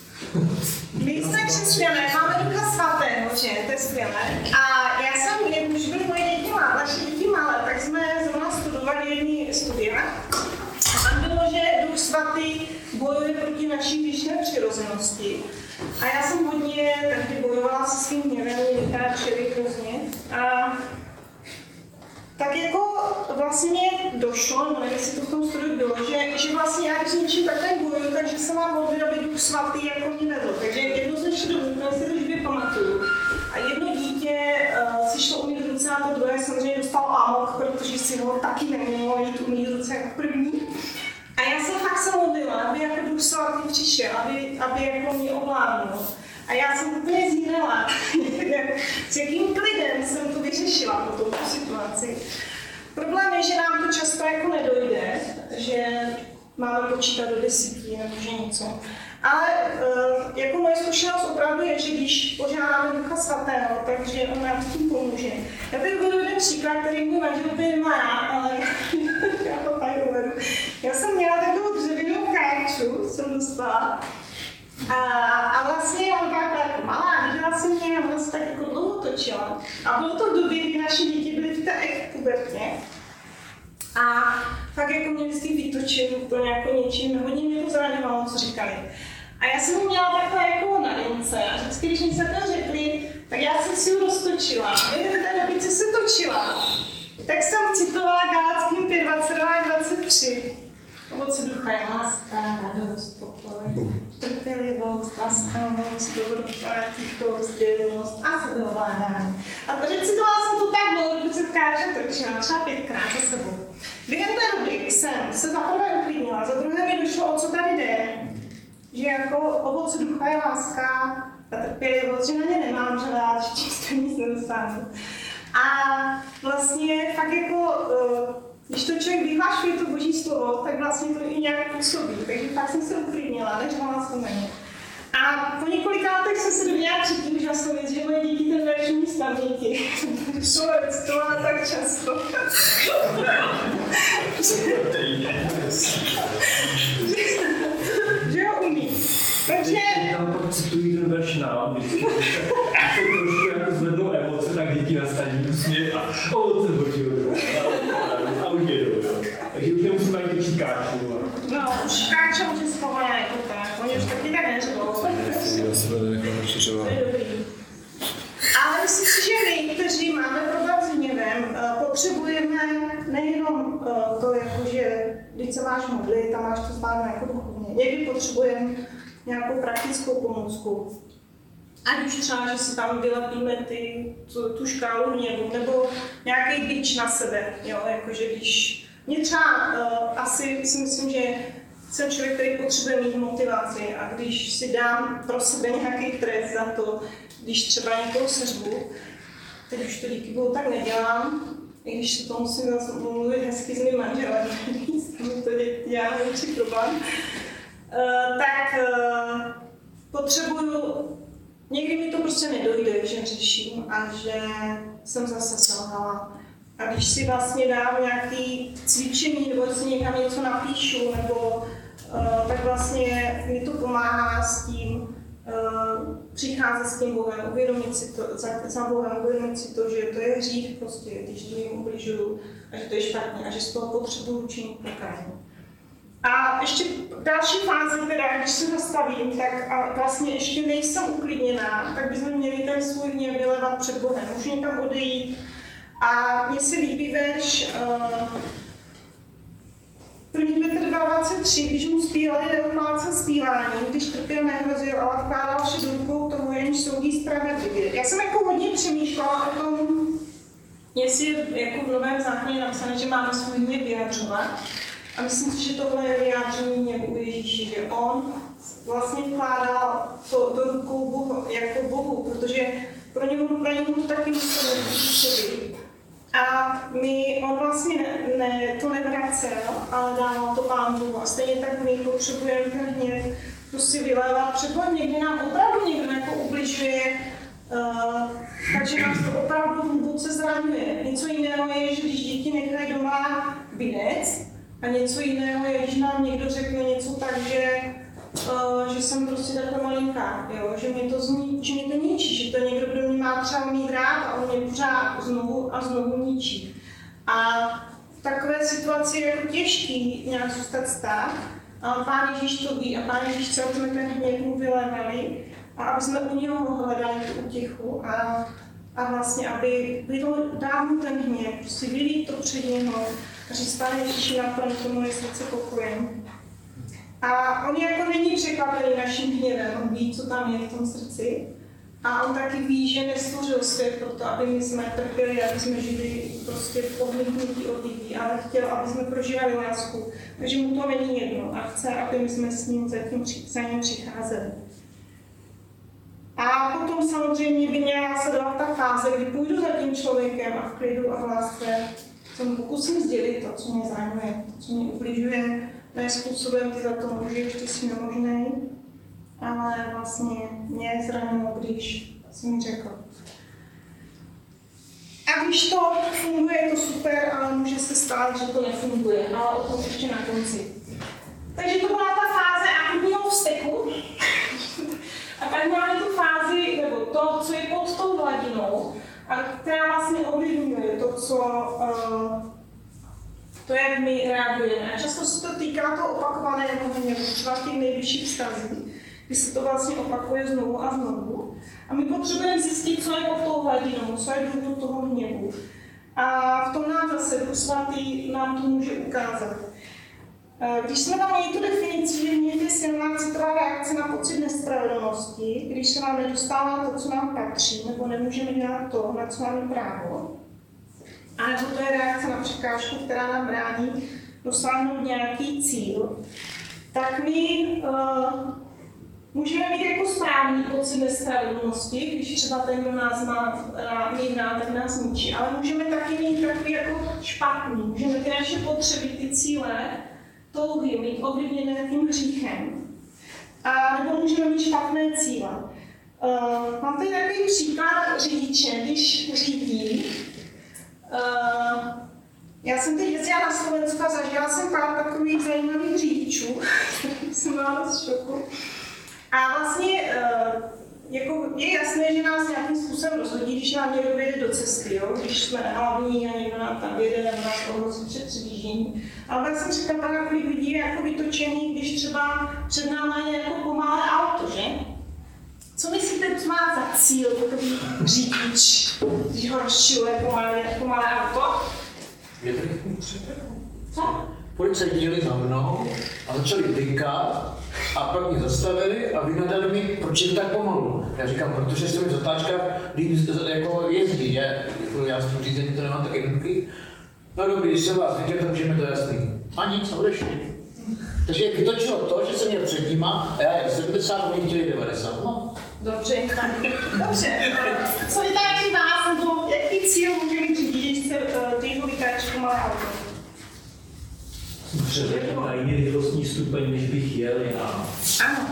My jsme křesťané, máme Ducha Svatého, že? To je skvělé. A já jsem, když byly moje děti malé, naše děti malé, tak jsme zrovna studovali jedny studia. A tam bylo, že Duch Svatý bojuje proti naší hříšné přirozenosti. A já jsem hodně tehdy bojovala se svým hněvem, mě teda člověk hrozně. A tak jako vlastně došlo, no nevím, jestli to v tom studiu bylo, že vlastně já když s něčím takhle bojuju, takže se mám modlit, aby Duch Svatý jako mě vedl. Takže jednoznačně domů, si to živě pamatuju. A jedno dítě si šlo umýt ruce a to druhé samozřejmě dostalo amok, protože si ho taky nemělo jít umýt ruce jako první. A já jsem fakt se modlila, aby jako Duch Svatý přišel, aby jako mě ovládnul. A já jsem úplně zírala, s jakým klidem jsem to vyřešila po tu situaci. Problém je, že nám to často jako nedojde, že máme počítat do 10 nebo že něco. Ale jako moje zkušenost opravdu je, že když požádáme Ducha Svatého, takže on nám s tím pomůže. Já tady uvedu jeden příklad, který můj manžel úplně nemá rád, ale já to tady uvedu. Já jsem měla takovou dřevěnou káču, jsem dostala. A vlastně on byla jako malá, viděla jsem mě a ona se tak jako dlouho točila. A bylo to v době, kdy naše děti byly v té pubertě. A fakt jako mě vždycky vytočili úplně jako něčím, hodně mě to zraňovalo, co říkali. A já jsem ho měla takhle jako na lince a vždycky, když mi se to řekli, tak já jsem si ho roztočila. A během té doby, co se točila, tak jsem citovala Galackým 5:22-23. Ovoce ducha je láska, radost, pokoj, trpělivost, laskavost, dobrota, tichost, věrnost a sebeovládání. A protože citovala jsem to tak dlouho, že se káže točila, třeba 5krát za sebou. Během té doby jsem se za prvé uklidnila, za druhé mi došlo, o co tady jde. Že jako ovoce ducha je láska a trpělivost, že na ně nemám želát, že často nic nedosáhnu. A vlastně fakt jako když to člověk vyhlášuje to boží slovo, tak vlastně to i nějak působí. Takže pak jsem se uklidnila, neřvala jsem na ně. A po několika letech jsem se dověděla třetí úžasnou věc, že moje děti ten verš umí z paměti. To recitovala tak často. Že ho umí. Takže... Tam pak citují ten verš nám, vždycky trošku jako zvednou emoce, tak děti nastaví úsměv a ovoce božího a už jedou. Takže už nemusíme ani točit káču. No, už káča už je schovaná jako tak, oni už taky tak neřvou. To je dobrý. Ale myslím si, že my, kteří máme problém s hněvem, potřebujeme nejenom to, jako, že když se máš modlit a máš to zvládnout jako duchovně, někdy potřebujeme nějakou praktickou pomůcku. Ať už třeba, že si tam vylepíme tu škálu hněvu, nebo nějaký bič na sebe, jo, jakože když mě třeba asi si myslím, že jsem člověk, který potřebuje mít motivaci a když si dám pro sebe nějaký trest za to, když třeba někoho seřvu, teď už to díky bohu tak nedělám, i když to musím zase mluvit hezky s mým manželem, mi to dělá větší problém, tak potřebuju, někdy mi to prostě nedojde, že řeším a že jsem zase selhala. A když si vlastně dám nějaké cvičení nebo si někam něco napíšu, nebo tak vlastně mi to pomáhá s tím přicházet s tím Bohem, uvědomit si to, za Bohem, uvědomit si to, že to je hřích prostě, když jim ubližuju a že to je špatně a že z toho potřebuju činit pokání. A ještě další fáze, teda, když se zastavím, tak a vlastně ještě nejsem uklidněná, tak bychom měli ten svůj hněv vylevat před Bohem, už někam odejít. A mně se líbí verš 1. Petr 2:23, když mu zpívali, neodplácel zpívání, když trpěl, nehrozil, ale vkládal vše do rukou tomu, jenž soudí spravedlivě. Já jsem jako hodně přemýšlela o tom, jestli je jako v Novém zákoně napsané, že máme svůj hněv vyjadřovat. A myslím si, že tohle je vyjádření hněvu u Ježíše, že on vlastně vkládal to do rukou Bohu, jako Bohu, protože pro něho to taky muselo být. A on vlastně to nevracel, ale dával to Pánu Bohu. A stejně tak my potřebujeme ten hněv prostě vylévat před Bohem. Někdy nám opravdu někdo jako ubližuje, takže nás to opravdu hluboce zraňuje. Něco jiného je, že když děti nechají doma binec, a něco jiného je, když nám někdo řekne něco tak, že jsem prostě takhle malinká, jo? Že mě to ničí, že to někdo, kdo mě má třeba mít rád a on mě pořád znovu a znovu ničí. A v takové situaci je jako těžký nějak zůstat stát, ale Pán Ježíš to ví a Pán Ježíš chce, aby jsme ten hněv mu vylévali a aby jsme u něho hledali tu útěchu a vlastně, aby dát mu ten hněv, prostě vylít to před něho a říct, Pane Ježíši, naplň to moje srdce pokojem. A on jako není překvapený naším hněvem, on ví, co tam je v tom srdci. A on taky ví, že nestvořil svět proto, aby my jsme trpěli, aby jsme žili prostě v odmítnutí od lidí, ale chtěl, aby jsme prožívali lásku. Takže mu to není jedno a chce, aby my jsme s ním za ním přicházeli. A potom samozřejmě by měla následovat ta fáze, kdy půjdu za tím člověkem a v klidu a v lásce se mu pokusím sdělit to, co mě zraňuje, to, co mě ubližuje. Ne způsobem, ty za to můžeš, ty jsi nemožnej, ale vlastně mě zranilo, když jsi mi řekl. A když to funguje, je to super, ale může se stát, že to nefunguje, ale o tom ještě na konci. Takže to byla ta fáze akutního vzteku. A pak máme tu fázi, nebo to, co je pod tou hladinou, a která vlastně ovlivňuje to, jak my reagujeme. A často se to týká toho opakovaného hněvu, třeba v těch nejbližších vztazích, kdy se to vlastně opakuje znovu a znovu. A my potřebujeme zjistit, co je pod tou hladinou, co je důvod toho hněvu. A v tom nám zase Duch Svatý nám to může ukázat. Když jsme tam měli tu definici, že hněv je silná citová reakce na pocit nespravedlnosti, když se nám nedostává to, co nám patří, nebo nemůžeme dělat to, na co máme právo, a nebo to je reakce na překážku, která nám brání dosáhnout nějaký cíl, tak my můžeme mít jako správný pocit nespravedlnosti, když třeba ten, kdo nás má mít rád, tak nás ničí, ale můžeme taky mít takový jako špatný, můžeme ty naše potřeby, ty cíle, touhy mít ovlivněné tím hříchem. A nebo můžeme mít špatné cíle. Mám tady takový příklad řidiče, když řídí. Já jsem teď jezdila na Slovensku a zažila jsem pár takových zajímavých řidičů, jsem byla dost šoku. A vlastně jako je jasné, že nás nějakým způsobem rozhodí, když nám někdo vyjede do cesty, jo? Když jsme hlavní a někdo nám tam jede nebo nás ohrozí před předjíždění. Ale tak jsem říkala, tak kolik lidí je jako vytočený, když třeba před námi je jako pomalé auto, že? Co myslíte, co má za cíl takový řidič, když ho rozčiluje pomalé auto? Co? Policajti jeli za mnou a začali tykat a pak mě zastavili a vynadali mi, proč je tak pomalu. Já říkám, protože se mi zatáčka líp jako jezdí, že? Já s tím řízení to nemám tak jednoduchý. No dobrý, když se vás viděl, tak už je mi to jasný. A nic, odešli. Takže vytočilo to, že jsem měl před nima a já jen 70 a oni chtěli 90. No. Dobře, co je tady vás, nebo jaký cíl může mít řidič, když se na jiný rychlostní stupeň, než bych jel já. Ano.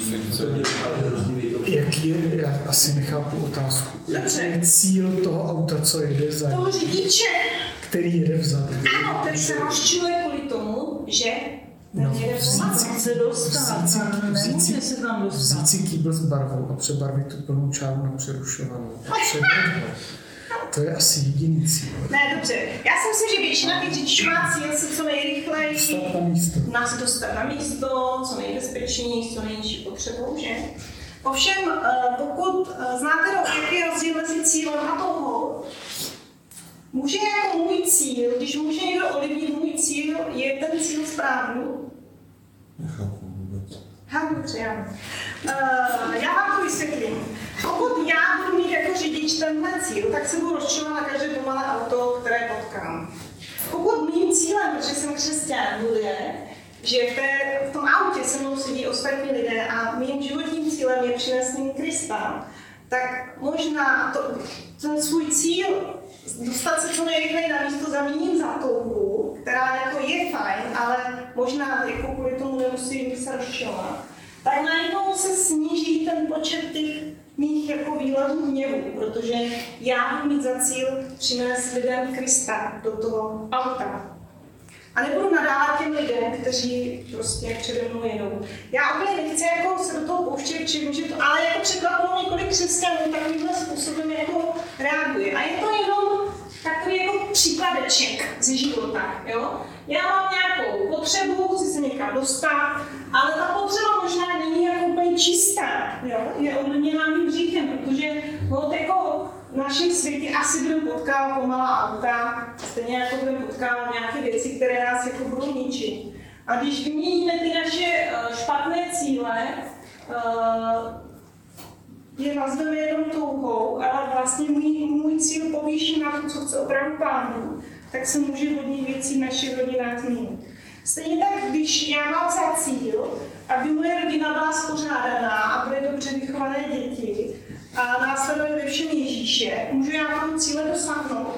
Já asi nechápu otázku. Dobře. Jaký je cíl toho auta, co jede za Toho řidiče. který jede vzadu? Ano, který se rozčiluje kvůli tomu, že No, se dostat, nemůže se tam dostat. vzít si kýbl s barvou a přebarvit tu plnou čáru na přerušovanou. To je asi jediný cíl. Ne, dobře. Já si myslím, že většina těch řidičů má cíl se co nejrychleji Dostat na místo. nás dostat na místo, co nejbezpečněji, s co nejnižší potřebou, že? Ovšem, pokud znáte, jaký je rozdíl mezi cílem a touhou, může jako můj cíl, když může někdo ovlivnit můj cíl, je ten cíl správný? Nechápu vůbec. Dobře, já. Já vám to vysvětlím. Pokud já budu mít jako řidič tenhle cíl, tak se budu rozčilovat na každé pomalé auto, které potkám. Pokud mým cílem, protože jsem křesťan, bude, že v tom autě se mnou sedí ostatní lidé a mým životním cílem je přinést jim Krista, tak možná ten svůj cíl dostat se co nejrychleji na místo zamíním za touhu, která jako je fajn, ale možná jako kvůli tomu nemusím se rozčilovat, tak najednou se sníží ten počet těch mých jako výlevů hněvu, protože já budu mít za cíl přinést lidem Krista do toho auta. A nebudu nadávat těm lidem, kteří prostě přede mnou jedou. Já úplně nechci jako se do toho pouštět, či může to, ale jako překvapilo několik křesťanů takovýmhle způsobem jako reaguje. A je to jenom takový jako příkladeček ze života, jo? Já mám nějakou potřebu, chci se někam dostat, ale ta potřeba možná není jako úplně čistá, jo? Je ovlivněná mým hříchem, protože od jako v našem světě asi budeme potkávat pomalá auta, stejně jako budeme potkávat nějaké věci, které nás jako budou ničit. A když vyměníme ty naše špatné cíle, je nazveme jenom touhou, ale vlastně můj cíl povýším na to, co chce opravdu Pán Bůh, tak se může hodně věcí v našich rodinách změnit. Stejně tak, když já mám za cíl, aby moje rodina byla spořádaná a byly dobře vychované děti a následuje ve všem Ježíše, můžu já tomu cíle dosáhnout?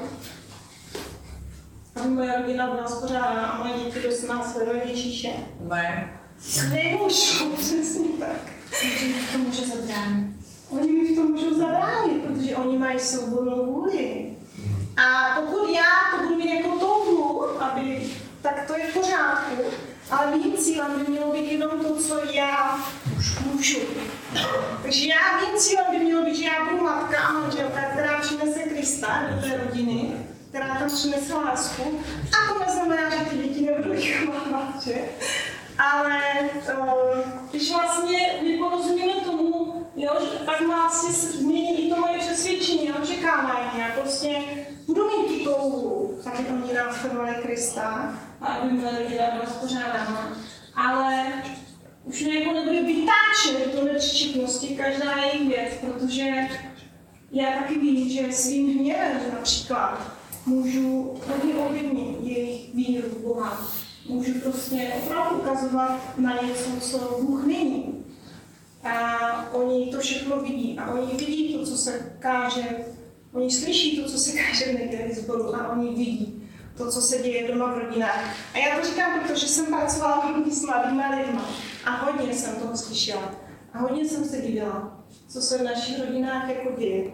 Aby moje rodina byla spořádaná a moje děti následuje Ježíše? Ne. Nemůžu, přesně tak. Takže mi to může zabránit. Oni mi v tom můžou zabránit, protože oni mají svobodnou vůli. A pokud já to budu mít jako touhu, tak to je v pořádku, ale mým cílem by mělo být jenom to, co já můžu. Takže mým cílem by mělo být, že já budu matka a manželka, která přinese Krista do té rodiny, která tam přinese lásku. A to neznamená, že ty děti nebudou vychovávat, že? Ale když vlastně my porozumíme tomu, jo, že tak vlastně se změní i to moje přesvědčení a očekávání. Já prostě budu mít tu touhu, aby oni následovali Krista a aby moje rodina byla spořádána. Ale už jako nebude vytáčet do nepříčetnosti každá jejich věc, protože já taky vím, že svým hněvem například můžu hodně ovlivnit jejich víru v Boha. Můžu prostě opravdu ukazovat na něco, co Bůh není. A oni to všechno vidí. A oni vidí to, co se káže. Oni slyší to, co se káže v neděli sboru. A oni vidí to, co se děje doma v rodinách. A já to říkám, protože jsem pracovala hodně s mladými lidmi. A hodně jsem toho slyšela. A hodně jsem se divila, co se v našich rodinách jako děje.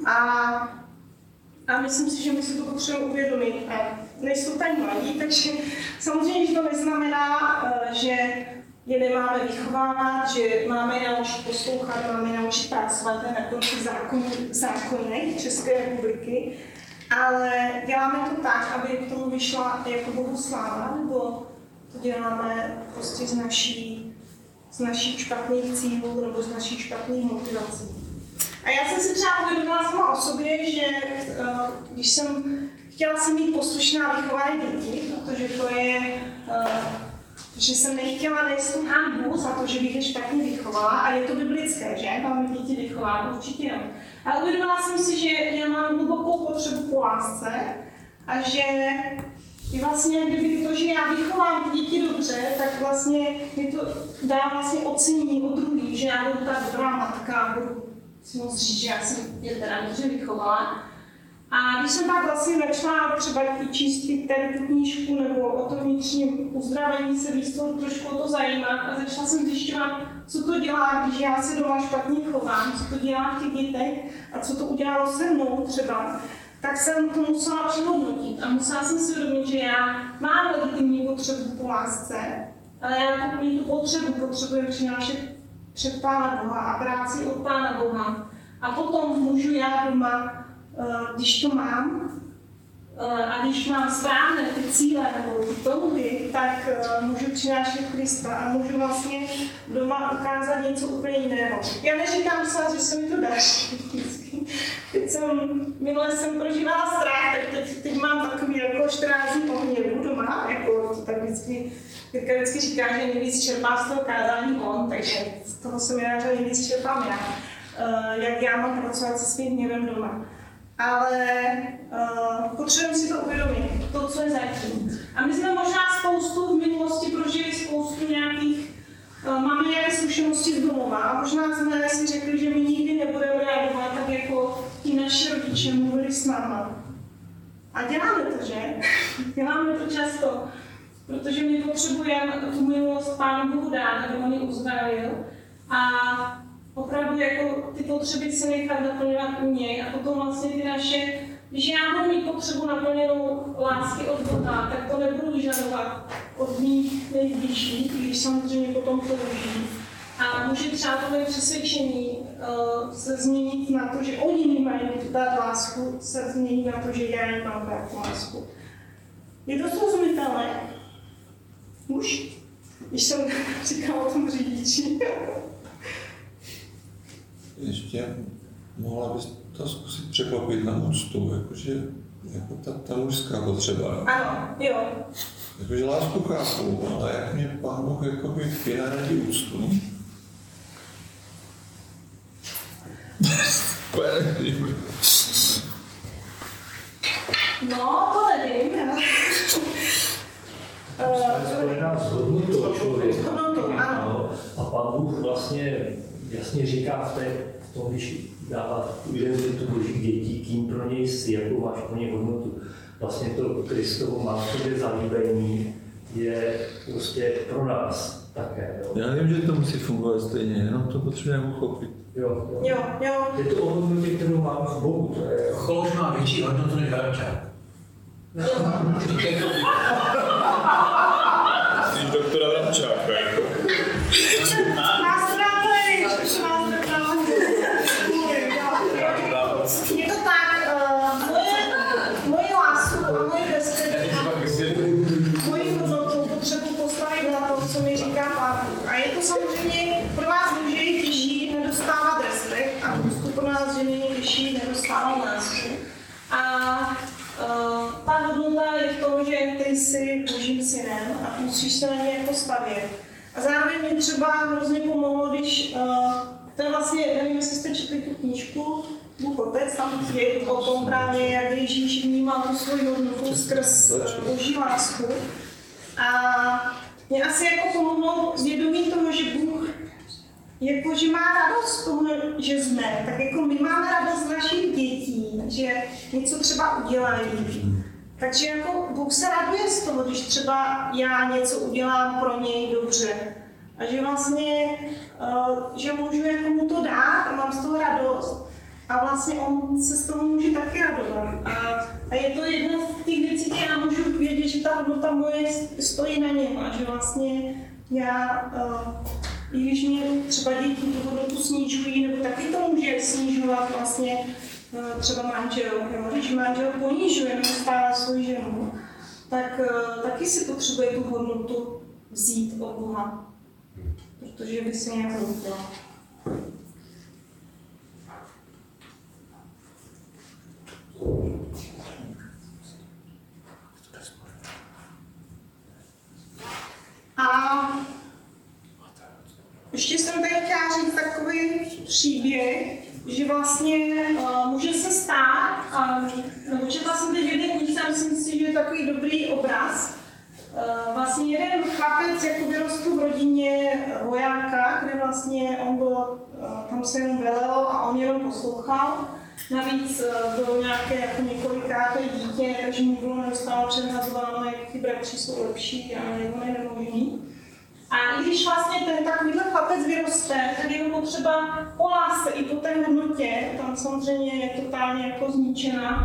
A myslím si, že my si to potřebujeme uvědomit. A nejsou tady mladí, takže samozřejmě, že to neznamená, že je nemáme vychovávat, že máme je naučit poslouchat, máme je naučit pracovat na konci zákonech České republiky, ale děláme to tak, aby k tomu vyšla jako Bohu sláva, nebo to děláme prostě z našich špatných cílů nebo z našich špatných motivací. A já jsem si třeba uvědomila sama o sobě, že když jsem chtěla mít poslušná vychované děti, protože to je, že jsem nechtěla nést tu hanbu za to, že bych je špatně vychovala, a je to biblické, že? Máme děti vychovat, určitě jo. Ale uvědomila jsem si, že já mám hlubokou potřebu po lásce a že vlastně, kdyby to, že já vychovám ty děti dobře, tak vlastně mi to dá vlastně ocenění od druhých, že já budu ta dobrá matka, budu si moc říct, že já jsem je teda dobře vychovala. A když jsem pak vlastně začala třeba i číst tady tu knížku nebo o to vnitřním uzdravení, se víc toho trošku o to zajímat a začala jsem zjišťovat, co to dělá, když já se doma špatně chovám, co to dělá v těch dětech a co to udělalo se mnou třeba, tak jsem to musela přehodnotit a musela jsem si uvědomit, že já mám legitimní potřebu po lásce, ale já tu potřebuji přinášet před Pána Boha a práci od Pána Boha. A potom můžu já doma, když to mám, a když mám správné ty cíle nebo ty touhy, tak můžu přinášet Krista a můžu vlastně doma ukázat něco úplně jiného. Já neříkám se, že se mi to daří. Minule jsem prožívala strach, teď mám takový jako 14 dní ohněvu doma, jako to tak vždycky říká, že nejvíc čerpá z toho kázání on, takže z toho semináře nejvíc čerpám já. Jak já mám pracovat se svým hněvem doma. Ale potřebujeme si to uvědomit, to, co je zatím. A my jsme možná spoustu v minulosti prožili spoustu nějakých, máme nějaké zkušenosti z domova a možná jsme si řekli, že my nikdy nebudeme reagovat tak, jako ti naši rodiče mluvili s náma. A děláme to, že? Děláme to často, protože my potřebujeme tu milost Pánu Bohu dát, aby on ji uzdravil. A opravdu jako ty potřeby se nechat naplňovat u něj a potom vlastně ty naše, když já budu mít potřebu naplněnou lásky od Boha, tak to nebudu vyžadovat od mých nejbližších, když samozřejmě potom to užiju. A může třeba to moje přesvědčení se změnit na to, že oni mi mají dát lásku, se změní na to, že já jim mám dát lásku. Je to srozumitelné? Už? Když jsem říkala o tom řidiči. Ještě mohla bys to zkusit překlopit na úctu, jakože jako ta mužská potřeba. Ano, jo. Jakože lásku chápu, ale jak mě Pán Bůh jakoby vynahradí úctu. No, to nevím. Spojená s hodnotou člověka. Ano. A Pán Bůh vlastně jasně říká v tom, když dává tu identitu božích dětí, kým pro něj jsi, jakou máš pro něj hodnotu. Vlastně to Kristovo má v sobě zalíbení je prostě pro nás také. Jo. Já nevím, že to musí fungovat stejně, jenom to potřebujeme uchopit. Jo. Jo. Je to o hodnotě, kterou mám v Bohu. Chlouš má větší hodnotu než Vrabčák. Jsi doktora Vrabčáka, jako. Je to tak, moje lásku a moje bezpečnost, moji hodnotu potřebuji postavit na to, co mi říká Pán. A je to samozřejmě pro vás muže těžší nedostávat respekt a pro nás ženy je těžší nedostávat lásku. A ta hodnota je v tom, že ty jsi Božím synem a musíš se na ně postavět. A zároveň mi třeba hrozně pomohlo, když to je vlastně, nevím, jestli jste četli tu knížku, Bůh Otec, tam je o tom právě, jak Ježíš vnímal tu svoji hodnotu skrz Boží lásku. A mě asi jako pomohlo vědomí toho, že Bůh jako, že má radost toho, že jsme, tak jako my máme radost z našich dětí, že něco třeba udělají. Takže jako Bůh se raduje z toho, když třeba já něco udělám pro něj dobře. A že vlastně, že můžu jako mu to dát a mám z toho radost. A vlastně on se z toho může taky radovat. A je to jedna z těch věcí, kde já můžu vědět, že ta hodnota moje stojí na něm a že vlastně já, i když mě třeba děti tu hodnotu snižují, nebo taky to může snižovat vlastně třeba manžel. Když manžel ponižuje neustále svou ženu, tak taky si potřebuje tu hodnotu vzít od Boha, protože by se nějak rozdělal. A ještě jsem tady chtěla říct takový příběh, že vlastně může se stát, nebo četla jsem teď jeden knižce, myslím si, že je takový dobrý obraz. Vlastně jeden chlapec jako vyrostl v rodině vojáka, kde vlastně on byl, tam se jenom velel a on jenom poslouchal. Navíc bylo nějaké jako několikáté dítě, takže mu bylo neustále předhazováno, jak ty bratři jsou lepší a jak on je nemožný. A i když vlastně ten takovýhle chlapec vyroste, tak je potřeba po lásce i po té hodnotě, tam samozřejmě je totálně jako zničená,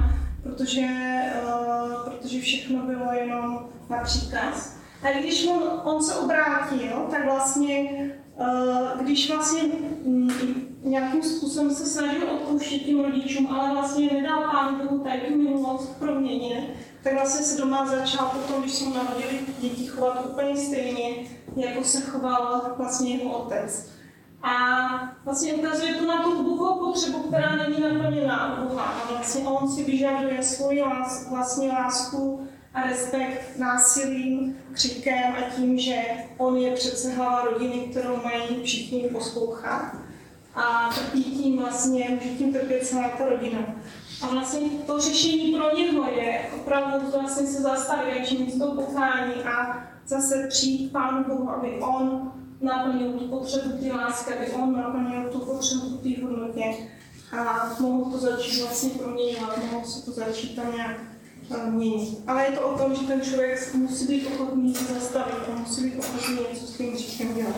protože všechno bylo jenom na příkaz. A když on se obrátil, tak vlastně, když vlastně nějakým způsobem se snažil odpouštět tím rodičům, ale vlastně nedal Pánu Bohu tady tu minulost proměnit, tak vlastně se doma začal potom, když se mu narodili děti, chovat úplně stejně, jako se choval vlastně jeho otec. A vlastně ukazuje to na tu hlubokou potřebu, která není naplněná od Boha. A vlastně on si vyžaduje svoji vlastní lásku a respekt násilím, křikem a tím, že on je přece hlava rodiny, kterou mají všichni poslouchat. A trpí tím vlastně, může tím trpět celá ta rodina. A vlastně to řešení pro něho je opravdu vlastně se zastavit, činit to pokání a zase přijít k Pánu Bohu, aby on naplnil tu potřebu té lásky, aby on naplnil tu potřebu té hodnotě a mohl to začít vlastně proměňovat, mohl se to začít tam nějak měnit. Ale je to o tom, že ten člověk musí být ochotný se zastavit a musí být ochotný něco s tím hříchem dělat.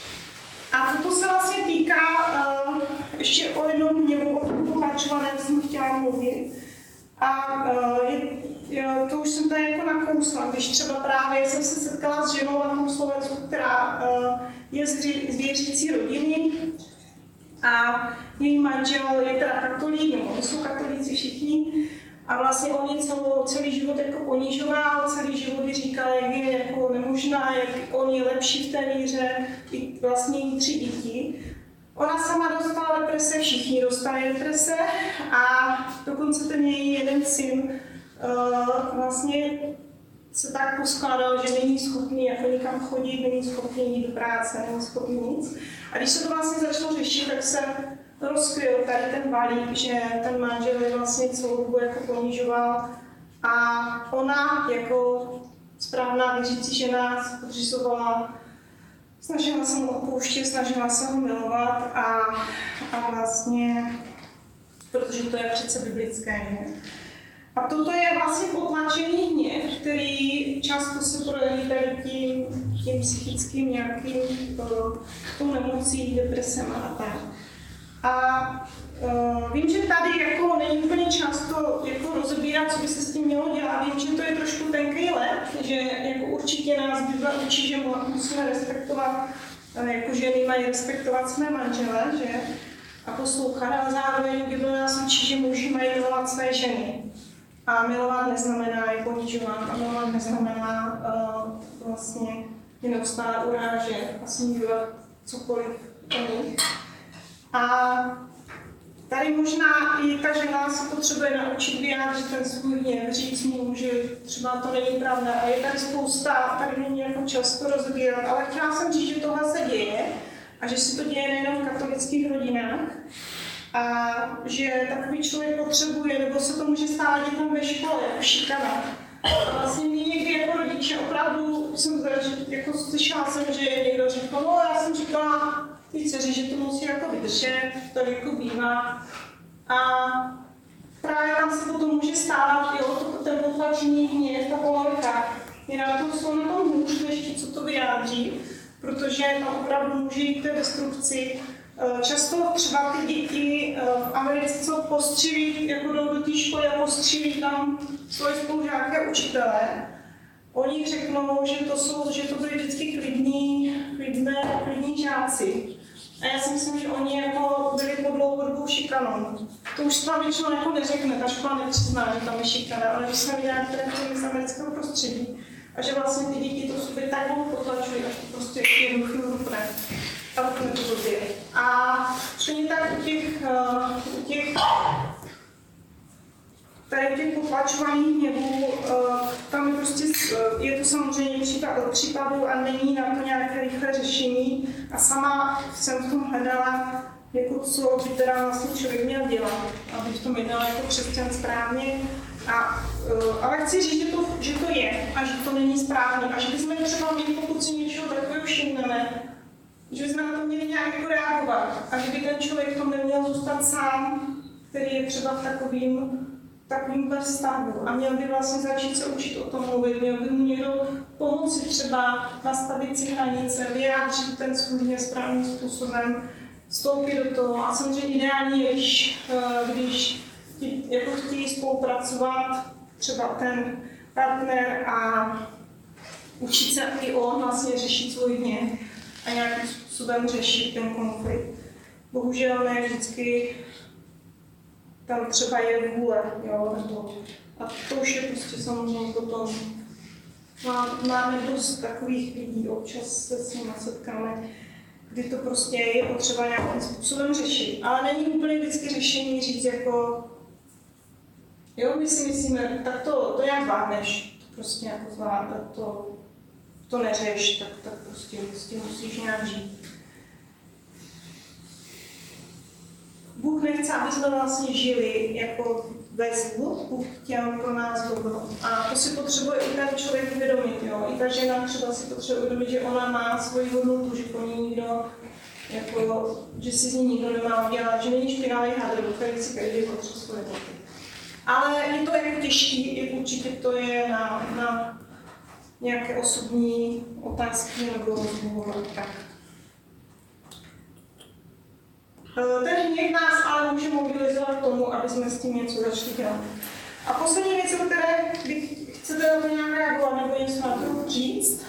A toto se vlastně týká ještě o jednom hněvu, o tom pokračovaném jsem chtěla mluvit. A to už jsem tady jako nakousla, když třeba právě jsem se setkala s ženou na tom Slovensku, která je z věřící rodiny a její manžel je teda katolík, nebo jsou katolíci všichni. A vlastně on je celý život jako ponižoval, celý život říkal, jak je jako nemožná, jak on je lepší v té víře, i vlastně jí 3 děti. Ona sama dostala deprese, všichni dostali deprese a dokonce ten její jeden syn vlastně se tak poskládal, že není schopný jako nikam chodit, není schopný jít do práce, není schopný nic. A když se to vlastně začalo řešit, tak se rozkryl tady ten balík, že ten manžel je vlastně celou dobu jako ponižoval a ona jako správná věřící žena se podřizovala, snažila se mu opouštět, snažila se ho milovat a vlastně, protože to je přece biblické, ne? A toto je vlastně potlačený hněv, který často se projeví tady tím psychickým nějakým tou nemocí, depresem a tak. A vím, že tady jako není úplně často jako rozebírat, co by se s tím mělo dělat. Vím, že to je trošku tenký led, že jako určitě nás Bible učí, že musíme respektovat, jako ženy mají respektovat své manžele, že? A poslouchat, ale zároveň Bible nás učí, že muži mají milovat své ženy. A milovat neznamená je ponižovat, a milovat neznamená vlastně je neustále urážet a snižovat cokoliv o nich. A tady možná i ta žena se potřebuje naučit vyjádřit ten svůj hněv, říct mu, že třeba to není pravda. A je tady spousta, tady není jako často rozebírat, ale chtěla jsem říct, že tohle se děje a že se to děje nejenom v katolických rodinách. A že takový člověk potřebuje, nebo se to může stát dětem ve škole, jako šikana. A vlastně mě někdy jako rodiče opravdu jsem jako slyšela jsem, že někdo řekl, no já jsem říkala ty dceři, že to musí jako vydržet, to jako bývá. A právě tam se potom může stávat, jo, ten potlačený hněv, ta polemika. Je na tom, jsou na tom hůř, než ti, co to vyjádří, protože tam opravdu může jít k té destrukci. Často třeba ty děti v Americe, co postřelí, jako jdou do té školy a postřelí tam svoje spolužáky a učitele, oni řeknou, že to byli vždycky klidní žáci. A já si myslím, že oni jako byli pod dlouhodobou šikanou. To už se tam většinou jako neřekne, ta škola nepřizná, že tam je šikana, ale když jsme viděli některé z amerického prostředí, a že vlastně ty děti to sobě tak dlouho potlačují, až to prostě jednu chvíli dopne. A stejně tak u těch potlačovaných hněvů, tam prostě je to samozřejmě případ od případu a není na to nějaké rychlé řešení. A sama jsem v tom hledala, jako co by teda vlastně člověk měl dělat, aby v tom jednal jako křesťan správně. Ale chci říct, že to je a že to není správně a že bychom třeba měli, pokud si něčeho takového všimneme, že bychom na to měli nějak jako reagovat a že by ten člověk to neměl zůstat sám který je třeba v takovým vztahu a měl by vlastně začít se učit o tom mluvit, měl by mu někdo pomoci třeba nastavit si hranice, vyjádřit ten svůj hněv správným způsobem, vstoupit do toho a samozřejmě ideální je, když jako chtějí spolupracovat třeba ten partner a učit se i on vlastně řešit svůj hněv a nějakým způsobem řešit ten konflikt. Bohužel ne vždycky tam třeba je vůle, jo, nebo a to už je prostě samozřejmě potom. Máme dost takových lidí, občas se s nimi setkáme, kdy to prostě je potřeba nějakým způsobem řešit. Ale není úplně vždycky řešení říct jako, jo, my si myslíme, tak to jak zvládneš, to prostě jako zvládat, to neřeš, tak prostě s tím musíš nějak žít. Bůh nechce, aby jsme vlastně žili jako ve zlu, Bůh chtěl pro nás dobro. A to si potřebuje i ten člověk uvědomit, jo. I ta žena třeba si potřebuje uvědomit, že ona má svoji hodnotu, že po ní nikdo, jako, že si z ní nikdo nemá udělat, že není špinavý hadr, který si každý potřebuje svoje boty. Ale je to jako těžký, jak určitě to je na nějaké osobní otázky nebo rozhovor. Tak. Ten hněv nás ale může mobilizovat k tomu, aby jsme s tím něco začali dělat. A poslední věc, o které chcete na to nějak reagovat nebo něco na to říct?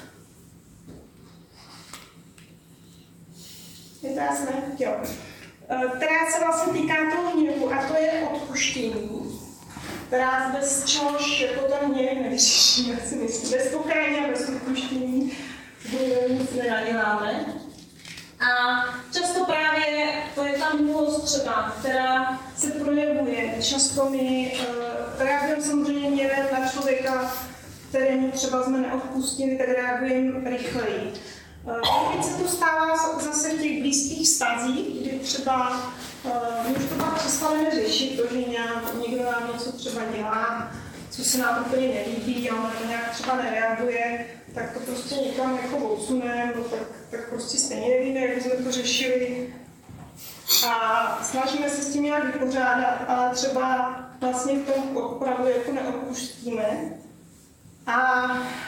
Je to jasné? Jo. Která se vlastně týká toho hněvu a to je odpuštění. Která bez čehož jako ten hněv nevyřeší, já si myslím. Bez pokání a bez odpuštění nic nenaděláme. A často právě to je ta minulost třeba, která se projevuje. Často my reagujeme samozřejmě hněvem na člověka, kterému třeba jsme neodpustili, tak reagujeme rychleji. Když se to stává zase v těch blízkých vztazích, kdy třeba my už to pak přestaneme řešit, to, že někdo nám něco třeba dělá, co se nám úplně nelíbí a on nějak třeba nereaguje, tak to prostě někam jako odsuneme, no tak prostě stejně nevíme, jak jsme to řešili. A snažíme se s tím nějak vypořádat, ale třeba vlastně v tom opravdu jako neodpustíme. A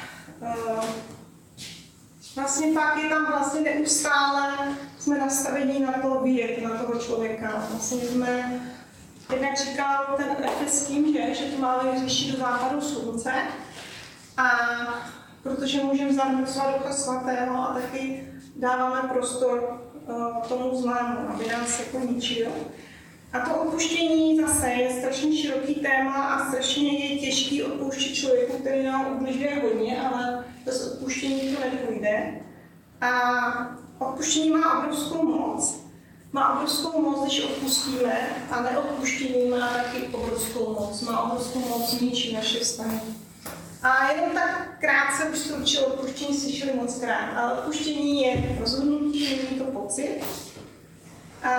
vlastně pak je tam vlastně neustále, jsme nastavení na to vyjet, na toho člověka. Vlastně jsme, jednak říkal ten Efeským, že to máme řešit do západu slunce. A protože můžeme zanocovat Ducha Svatého a taky dáváme prostor tomu zlému, aby nás jako ničil. A to odpuštění zase je strašně široký téma a strašně je těžký odpouštět člověku, který nám ubližuje hodně, ale bez odpuštění to nepůjde. A odpuštění má obrovskou moc. Má obrovskou moc, když odpustíme, a neodpuštění má taky obrovskou moc. Má obrovskou moc ničí naše vztahy. A jenom tak krátce už to určitě odpuštění slyšeli moc krát, ale odpuštění je rozhodnutí, není to pocit. A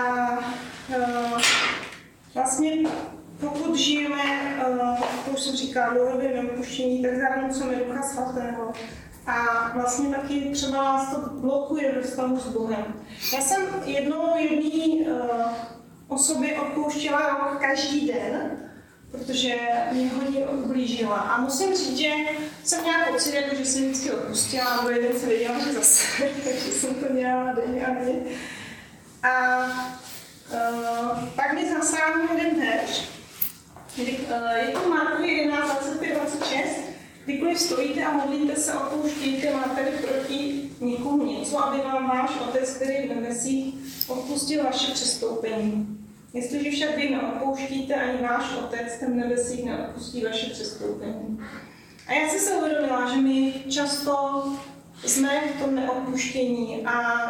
vlastně pokud žijeme, to už jsem říkala, dlouhodobě neodpuštění, tak zahrnucujeme Ducha Svatého. A vlastně taky třeba nás to blokuje ve vztahu s Bohem. Já jsem jedné osobě odpouštěla rok každý den, protože mě hodně ublížila. A musím říct, že jsem měla pocit, jako, že jsem vždycky odpustila, a jeden se věděla, že zase, takže jsem to dělala denně a denně. A pak mi zasáhl jeden verš. Je to Markovi 11, 25, 26. Kdykoliv stojíte a modlíte se, odpouštějte, máte-li proti nikomu něco, aby vám váš Otec, který je v nebesích, odpustil vaše přestoupení. Jestliže však vy neodpouštíte, ani váš Otec, ten v nebesích, neodpustí vaše přestoupení. A já jsem se uvědomila, že my často jsme v tom neodpuštění a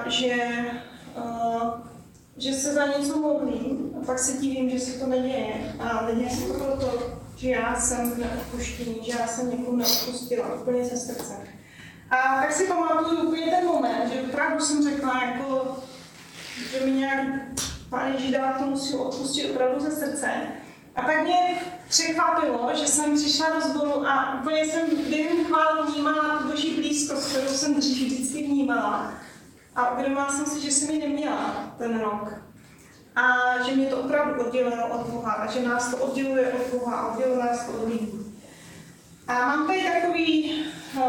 že se za něco modlím a pak se divím, že se to neděje. A neděje se to proto, že já jsem v neodpuštění, že já jsem někomu neodpustila úplně ze srdce. A tak si pamatuju úplně ten moment, že opravdu jsem řekla, jako, že mi nějak Pán Ježíš dal to musí odpustit opravdu ze srdce. A pak mě překvapilo, že jsem přišla do sboru a úplně jsem během chvály vnímala tu Boží blízkost, kterou jsem dřív vždycky vnímala. A uvědomila jsem si, že jsem ji neměla ten rok. a že mě to opravdu odděleno od Boha a že nás to odděluje od Boha a odděluje nás to od lidí. A mám tady takový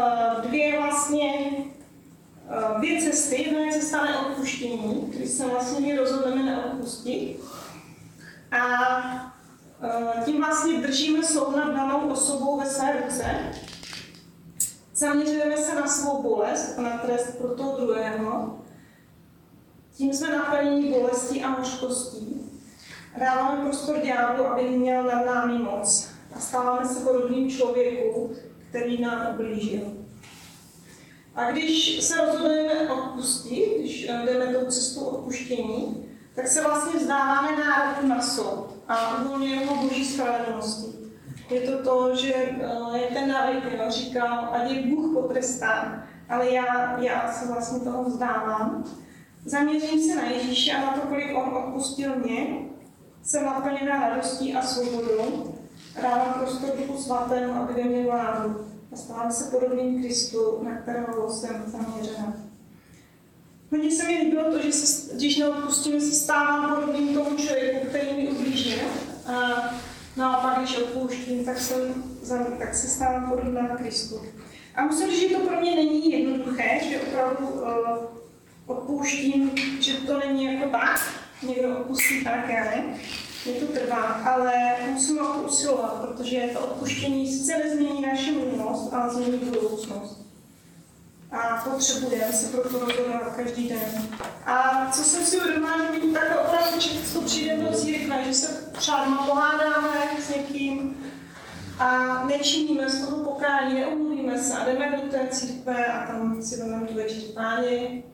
dvě cesty. Jedna je cesta neodpuštění, když se vlastně my rozhodneme neodpustit. A tím vlastně držíme soud nad danou osobou ve své ruce. Zaměřujeme se na svou bolest a na trest pro toho druhého. Tím jsme naplněni bolestí a hořkostí. Dáváme prostor ďáblu, aby měl nad námi moc. A stáváme se podobným člověku, který nám ublížil. A když se rozhodujeme odpustit, když jdeme tou cestou odpuštění, tak se vlastně vzdáváme nároku na soud a uvolňujeme ho Boží spravedlnosti. Je to to, že jak ten David říkal, ať je Bůh potrestán, ale já se vlastně toho vzdávám. Zaměřím se na Ježíše a na to, kolik on odpustil mě. Jsem naplněná radostí a svobodou. Dávám prostor Duchu Svatému, aby ve mě vládl. A stávám se podobným Kristu, na kterého jsem zaměřena. Hodně se mi líbilo to, že když neodpustím, se stávám podobným tomu člověku, který mi ublížil. A naopak, když odpouštím, tak se stávám podobná Kristu. A musím říct, že to pro mě není jednoduché, že opravdu odpouštím, že to není jako tak, někdo odpustí tak, já ne. Mě to trvá, ale musíme o to usilovat, protože to odpuštění sice nezmění naši minulost, ale změní budoucnost. A potřebujeme se proto rozhodovat každý den. A co jsem si uvědomila, že my takhle opravdu často přijdeme do církve, že se třeba doma pohádáme s někým a nečiníme z toho pokání, neumluvíme se a jdeme do té církve a tam si vezmeme tu večeři Páně.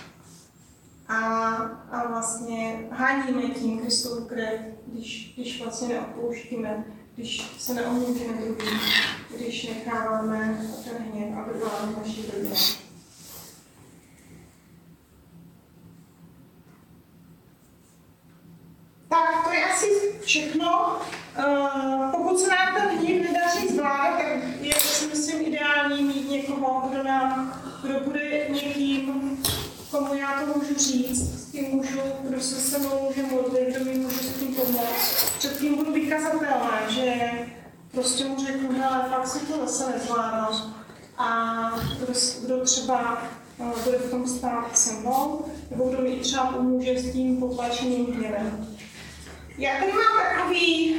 A vlastně háníme tím Kristovu krev, když vlastně neodpouštíme, když se neomluvíme druhým, když necháváme ten hněv, aby byla v naší rodině. Tak to je asi všechno. Pokud se nám ten hněv nedaří zvládat, tak je si myslím ideální mít někoho, kdo bude někým, komu já to můžu říct, s tím můžu, kdo se mnou může modlit, kdo mi může s tím pomoct. Před tím budu vykazatelná, že prostě mu řeknu, hele, fakt si to zase nezvládnu. A kdo třeba bude v tom stát se mnou, nebo kdo mi třeba pomůže s tím potlačeným hněvem. Já tady mám takový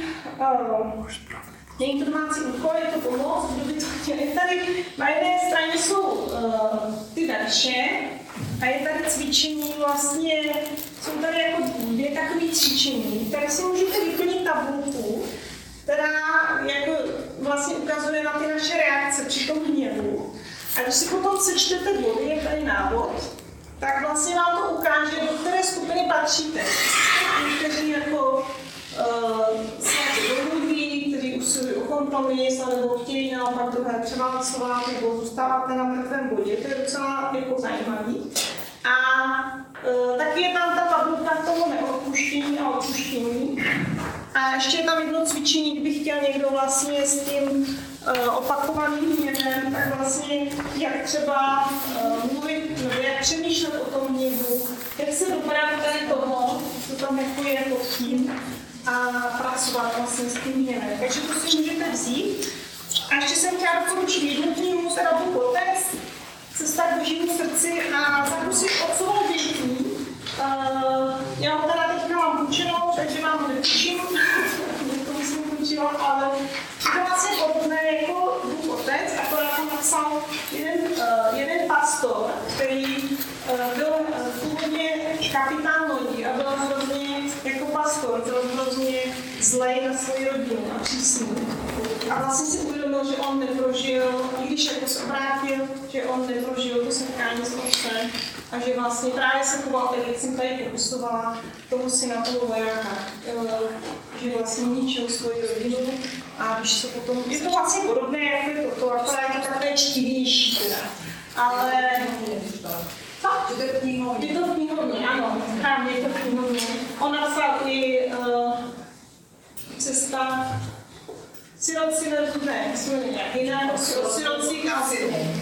není to domácí úkol, je to pomoc, kdo by to chtěl. Tady na jedné straně jsou ty verše, a je tady cvičení, vlastně jsou tady jako dvě takové cvičení. Tady si můžete vyplnit tabulku, která jako vlastně ukazuje na ty naše reakce při tom hněvu. A když si potom sečtete body, je tady návod, tak vlastně vám to ukáže, do které skupiny patříte. Někteří jako se domluví, kteří usilují o kompromis, nebo chtějí naopak druhé převálcovat, nebo zůstáváte na mrtvém bodě. To je docela jako zajímavý. A taky je tam ta tabulka k tomu neodpuštění a odpuštění. A ještě je tam jedno cvičení, kdyby chtěl někdo vlastně s tím opakovaným hněvem, tak vlastně jak třeba mluvit, nebo jak přemýšlet o tom hněvu, jak se dobrat tady toho, co tam jako je pod tím, a pracovat vlastně s tím hněvem. Takže to si můžete vzít. A ještě jsem chtěla doporučit jednu knihu, teda Bůh Otec, Cesta k Božímu srdci a zakusit otcovou dětí. Já ho teda teďka mám půjčenou, takže vám ho nepůjčím, to jsem půjčila, ale je to vlastně podobné jako Bůh Otec, akorát to napsal jeden pastor, který byl původně kapitán lodí a byl hrozně jako pastor, byl hrozně zlej na svoji rodinu a přísný. A vlastně si uvědomil, že on neprožil, i když jako se obrátil, že on neprožil to setkání s otcem a že vlastně právě se choval tak, jak jsem tady popisovala, toho syna, toho vojáka, že vlastně ničil svoji rodinu a když se potom, je to vlastně podobné jako je toto, akorát je to takové čtivější teda. Ale je to v knihovně, ano, tam je to v knihovně. On napsal i Cesta Siroci versus ne, jsme nějak jiné, od sirocích a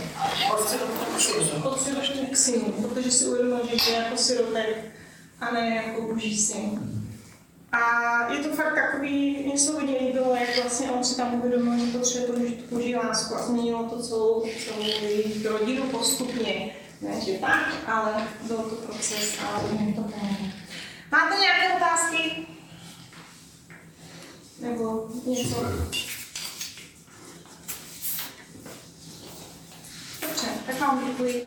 od sirotních synů, protože si uvědomil, že je jako sirotek a ne jako boží syn. A je to fakt takový, mně se hodně líbilo, jak vlastně on si tam uvědomil, že potřebuje prožít tu boží lásku a změnilo to celou jejich rodinu postupně. Ne, že tak, ale byl to proces a hodně to pomohlo. Máte nějaké otázky? Nebo něco? Dobře, tak vám děkuji.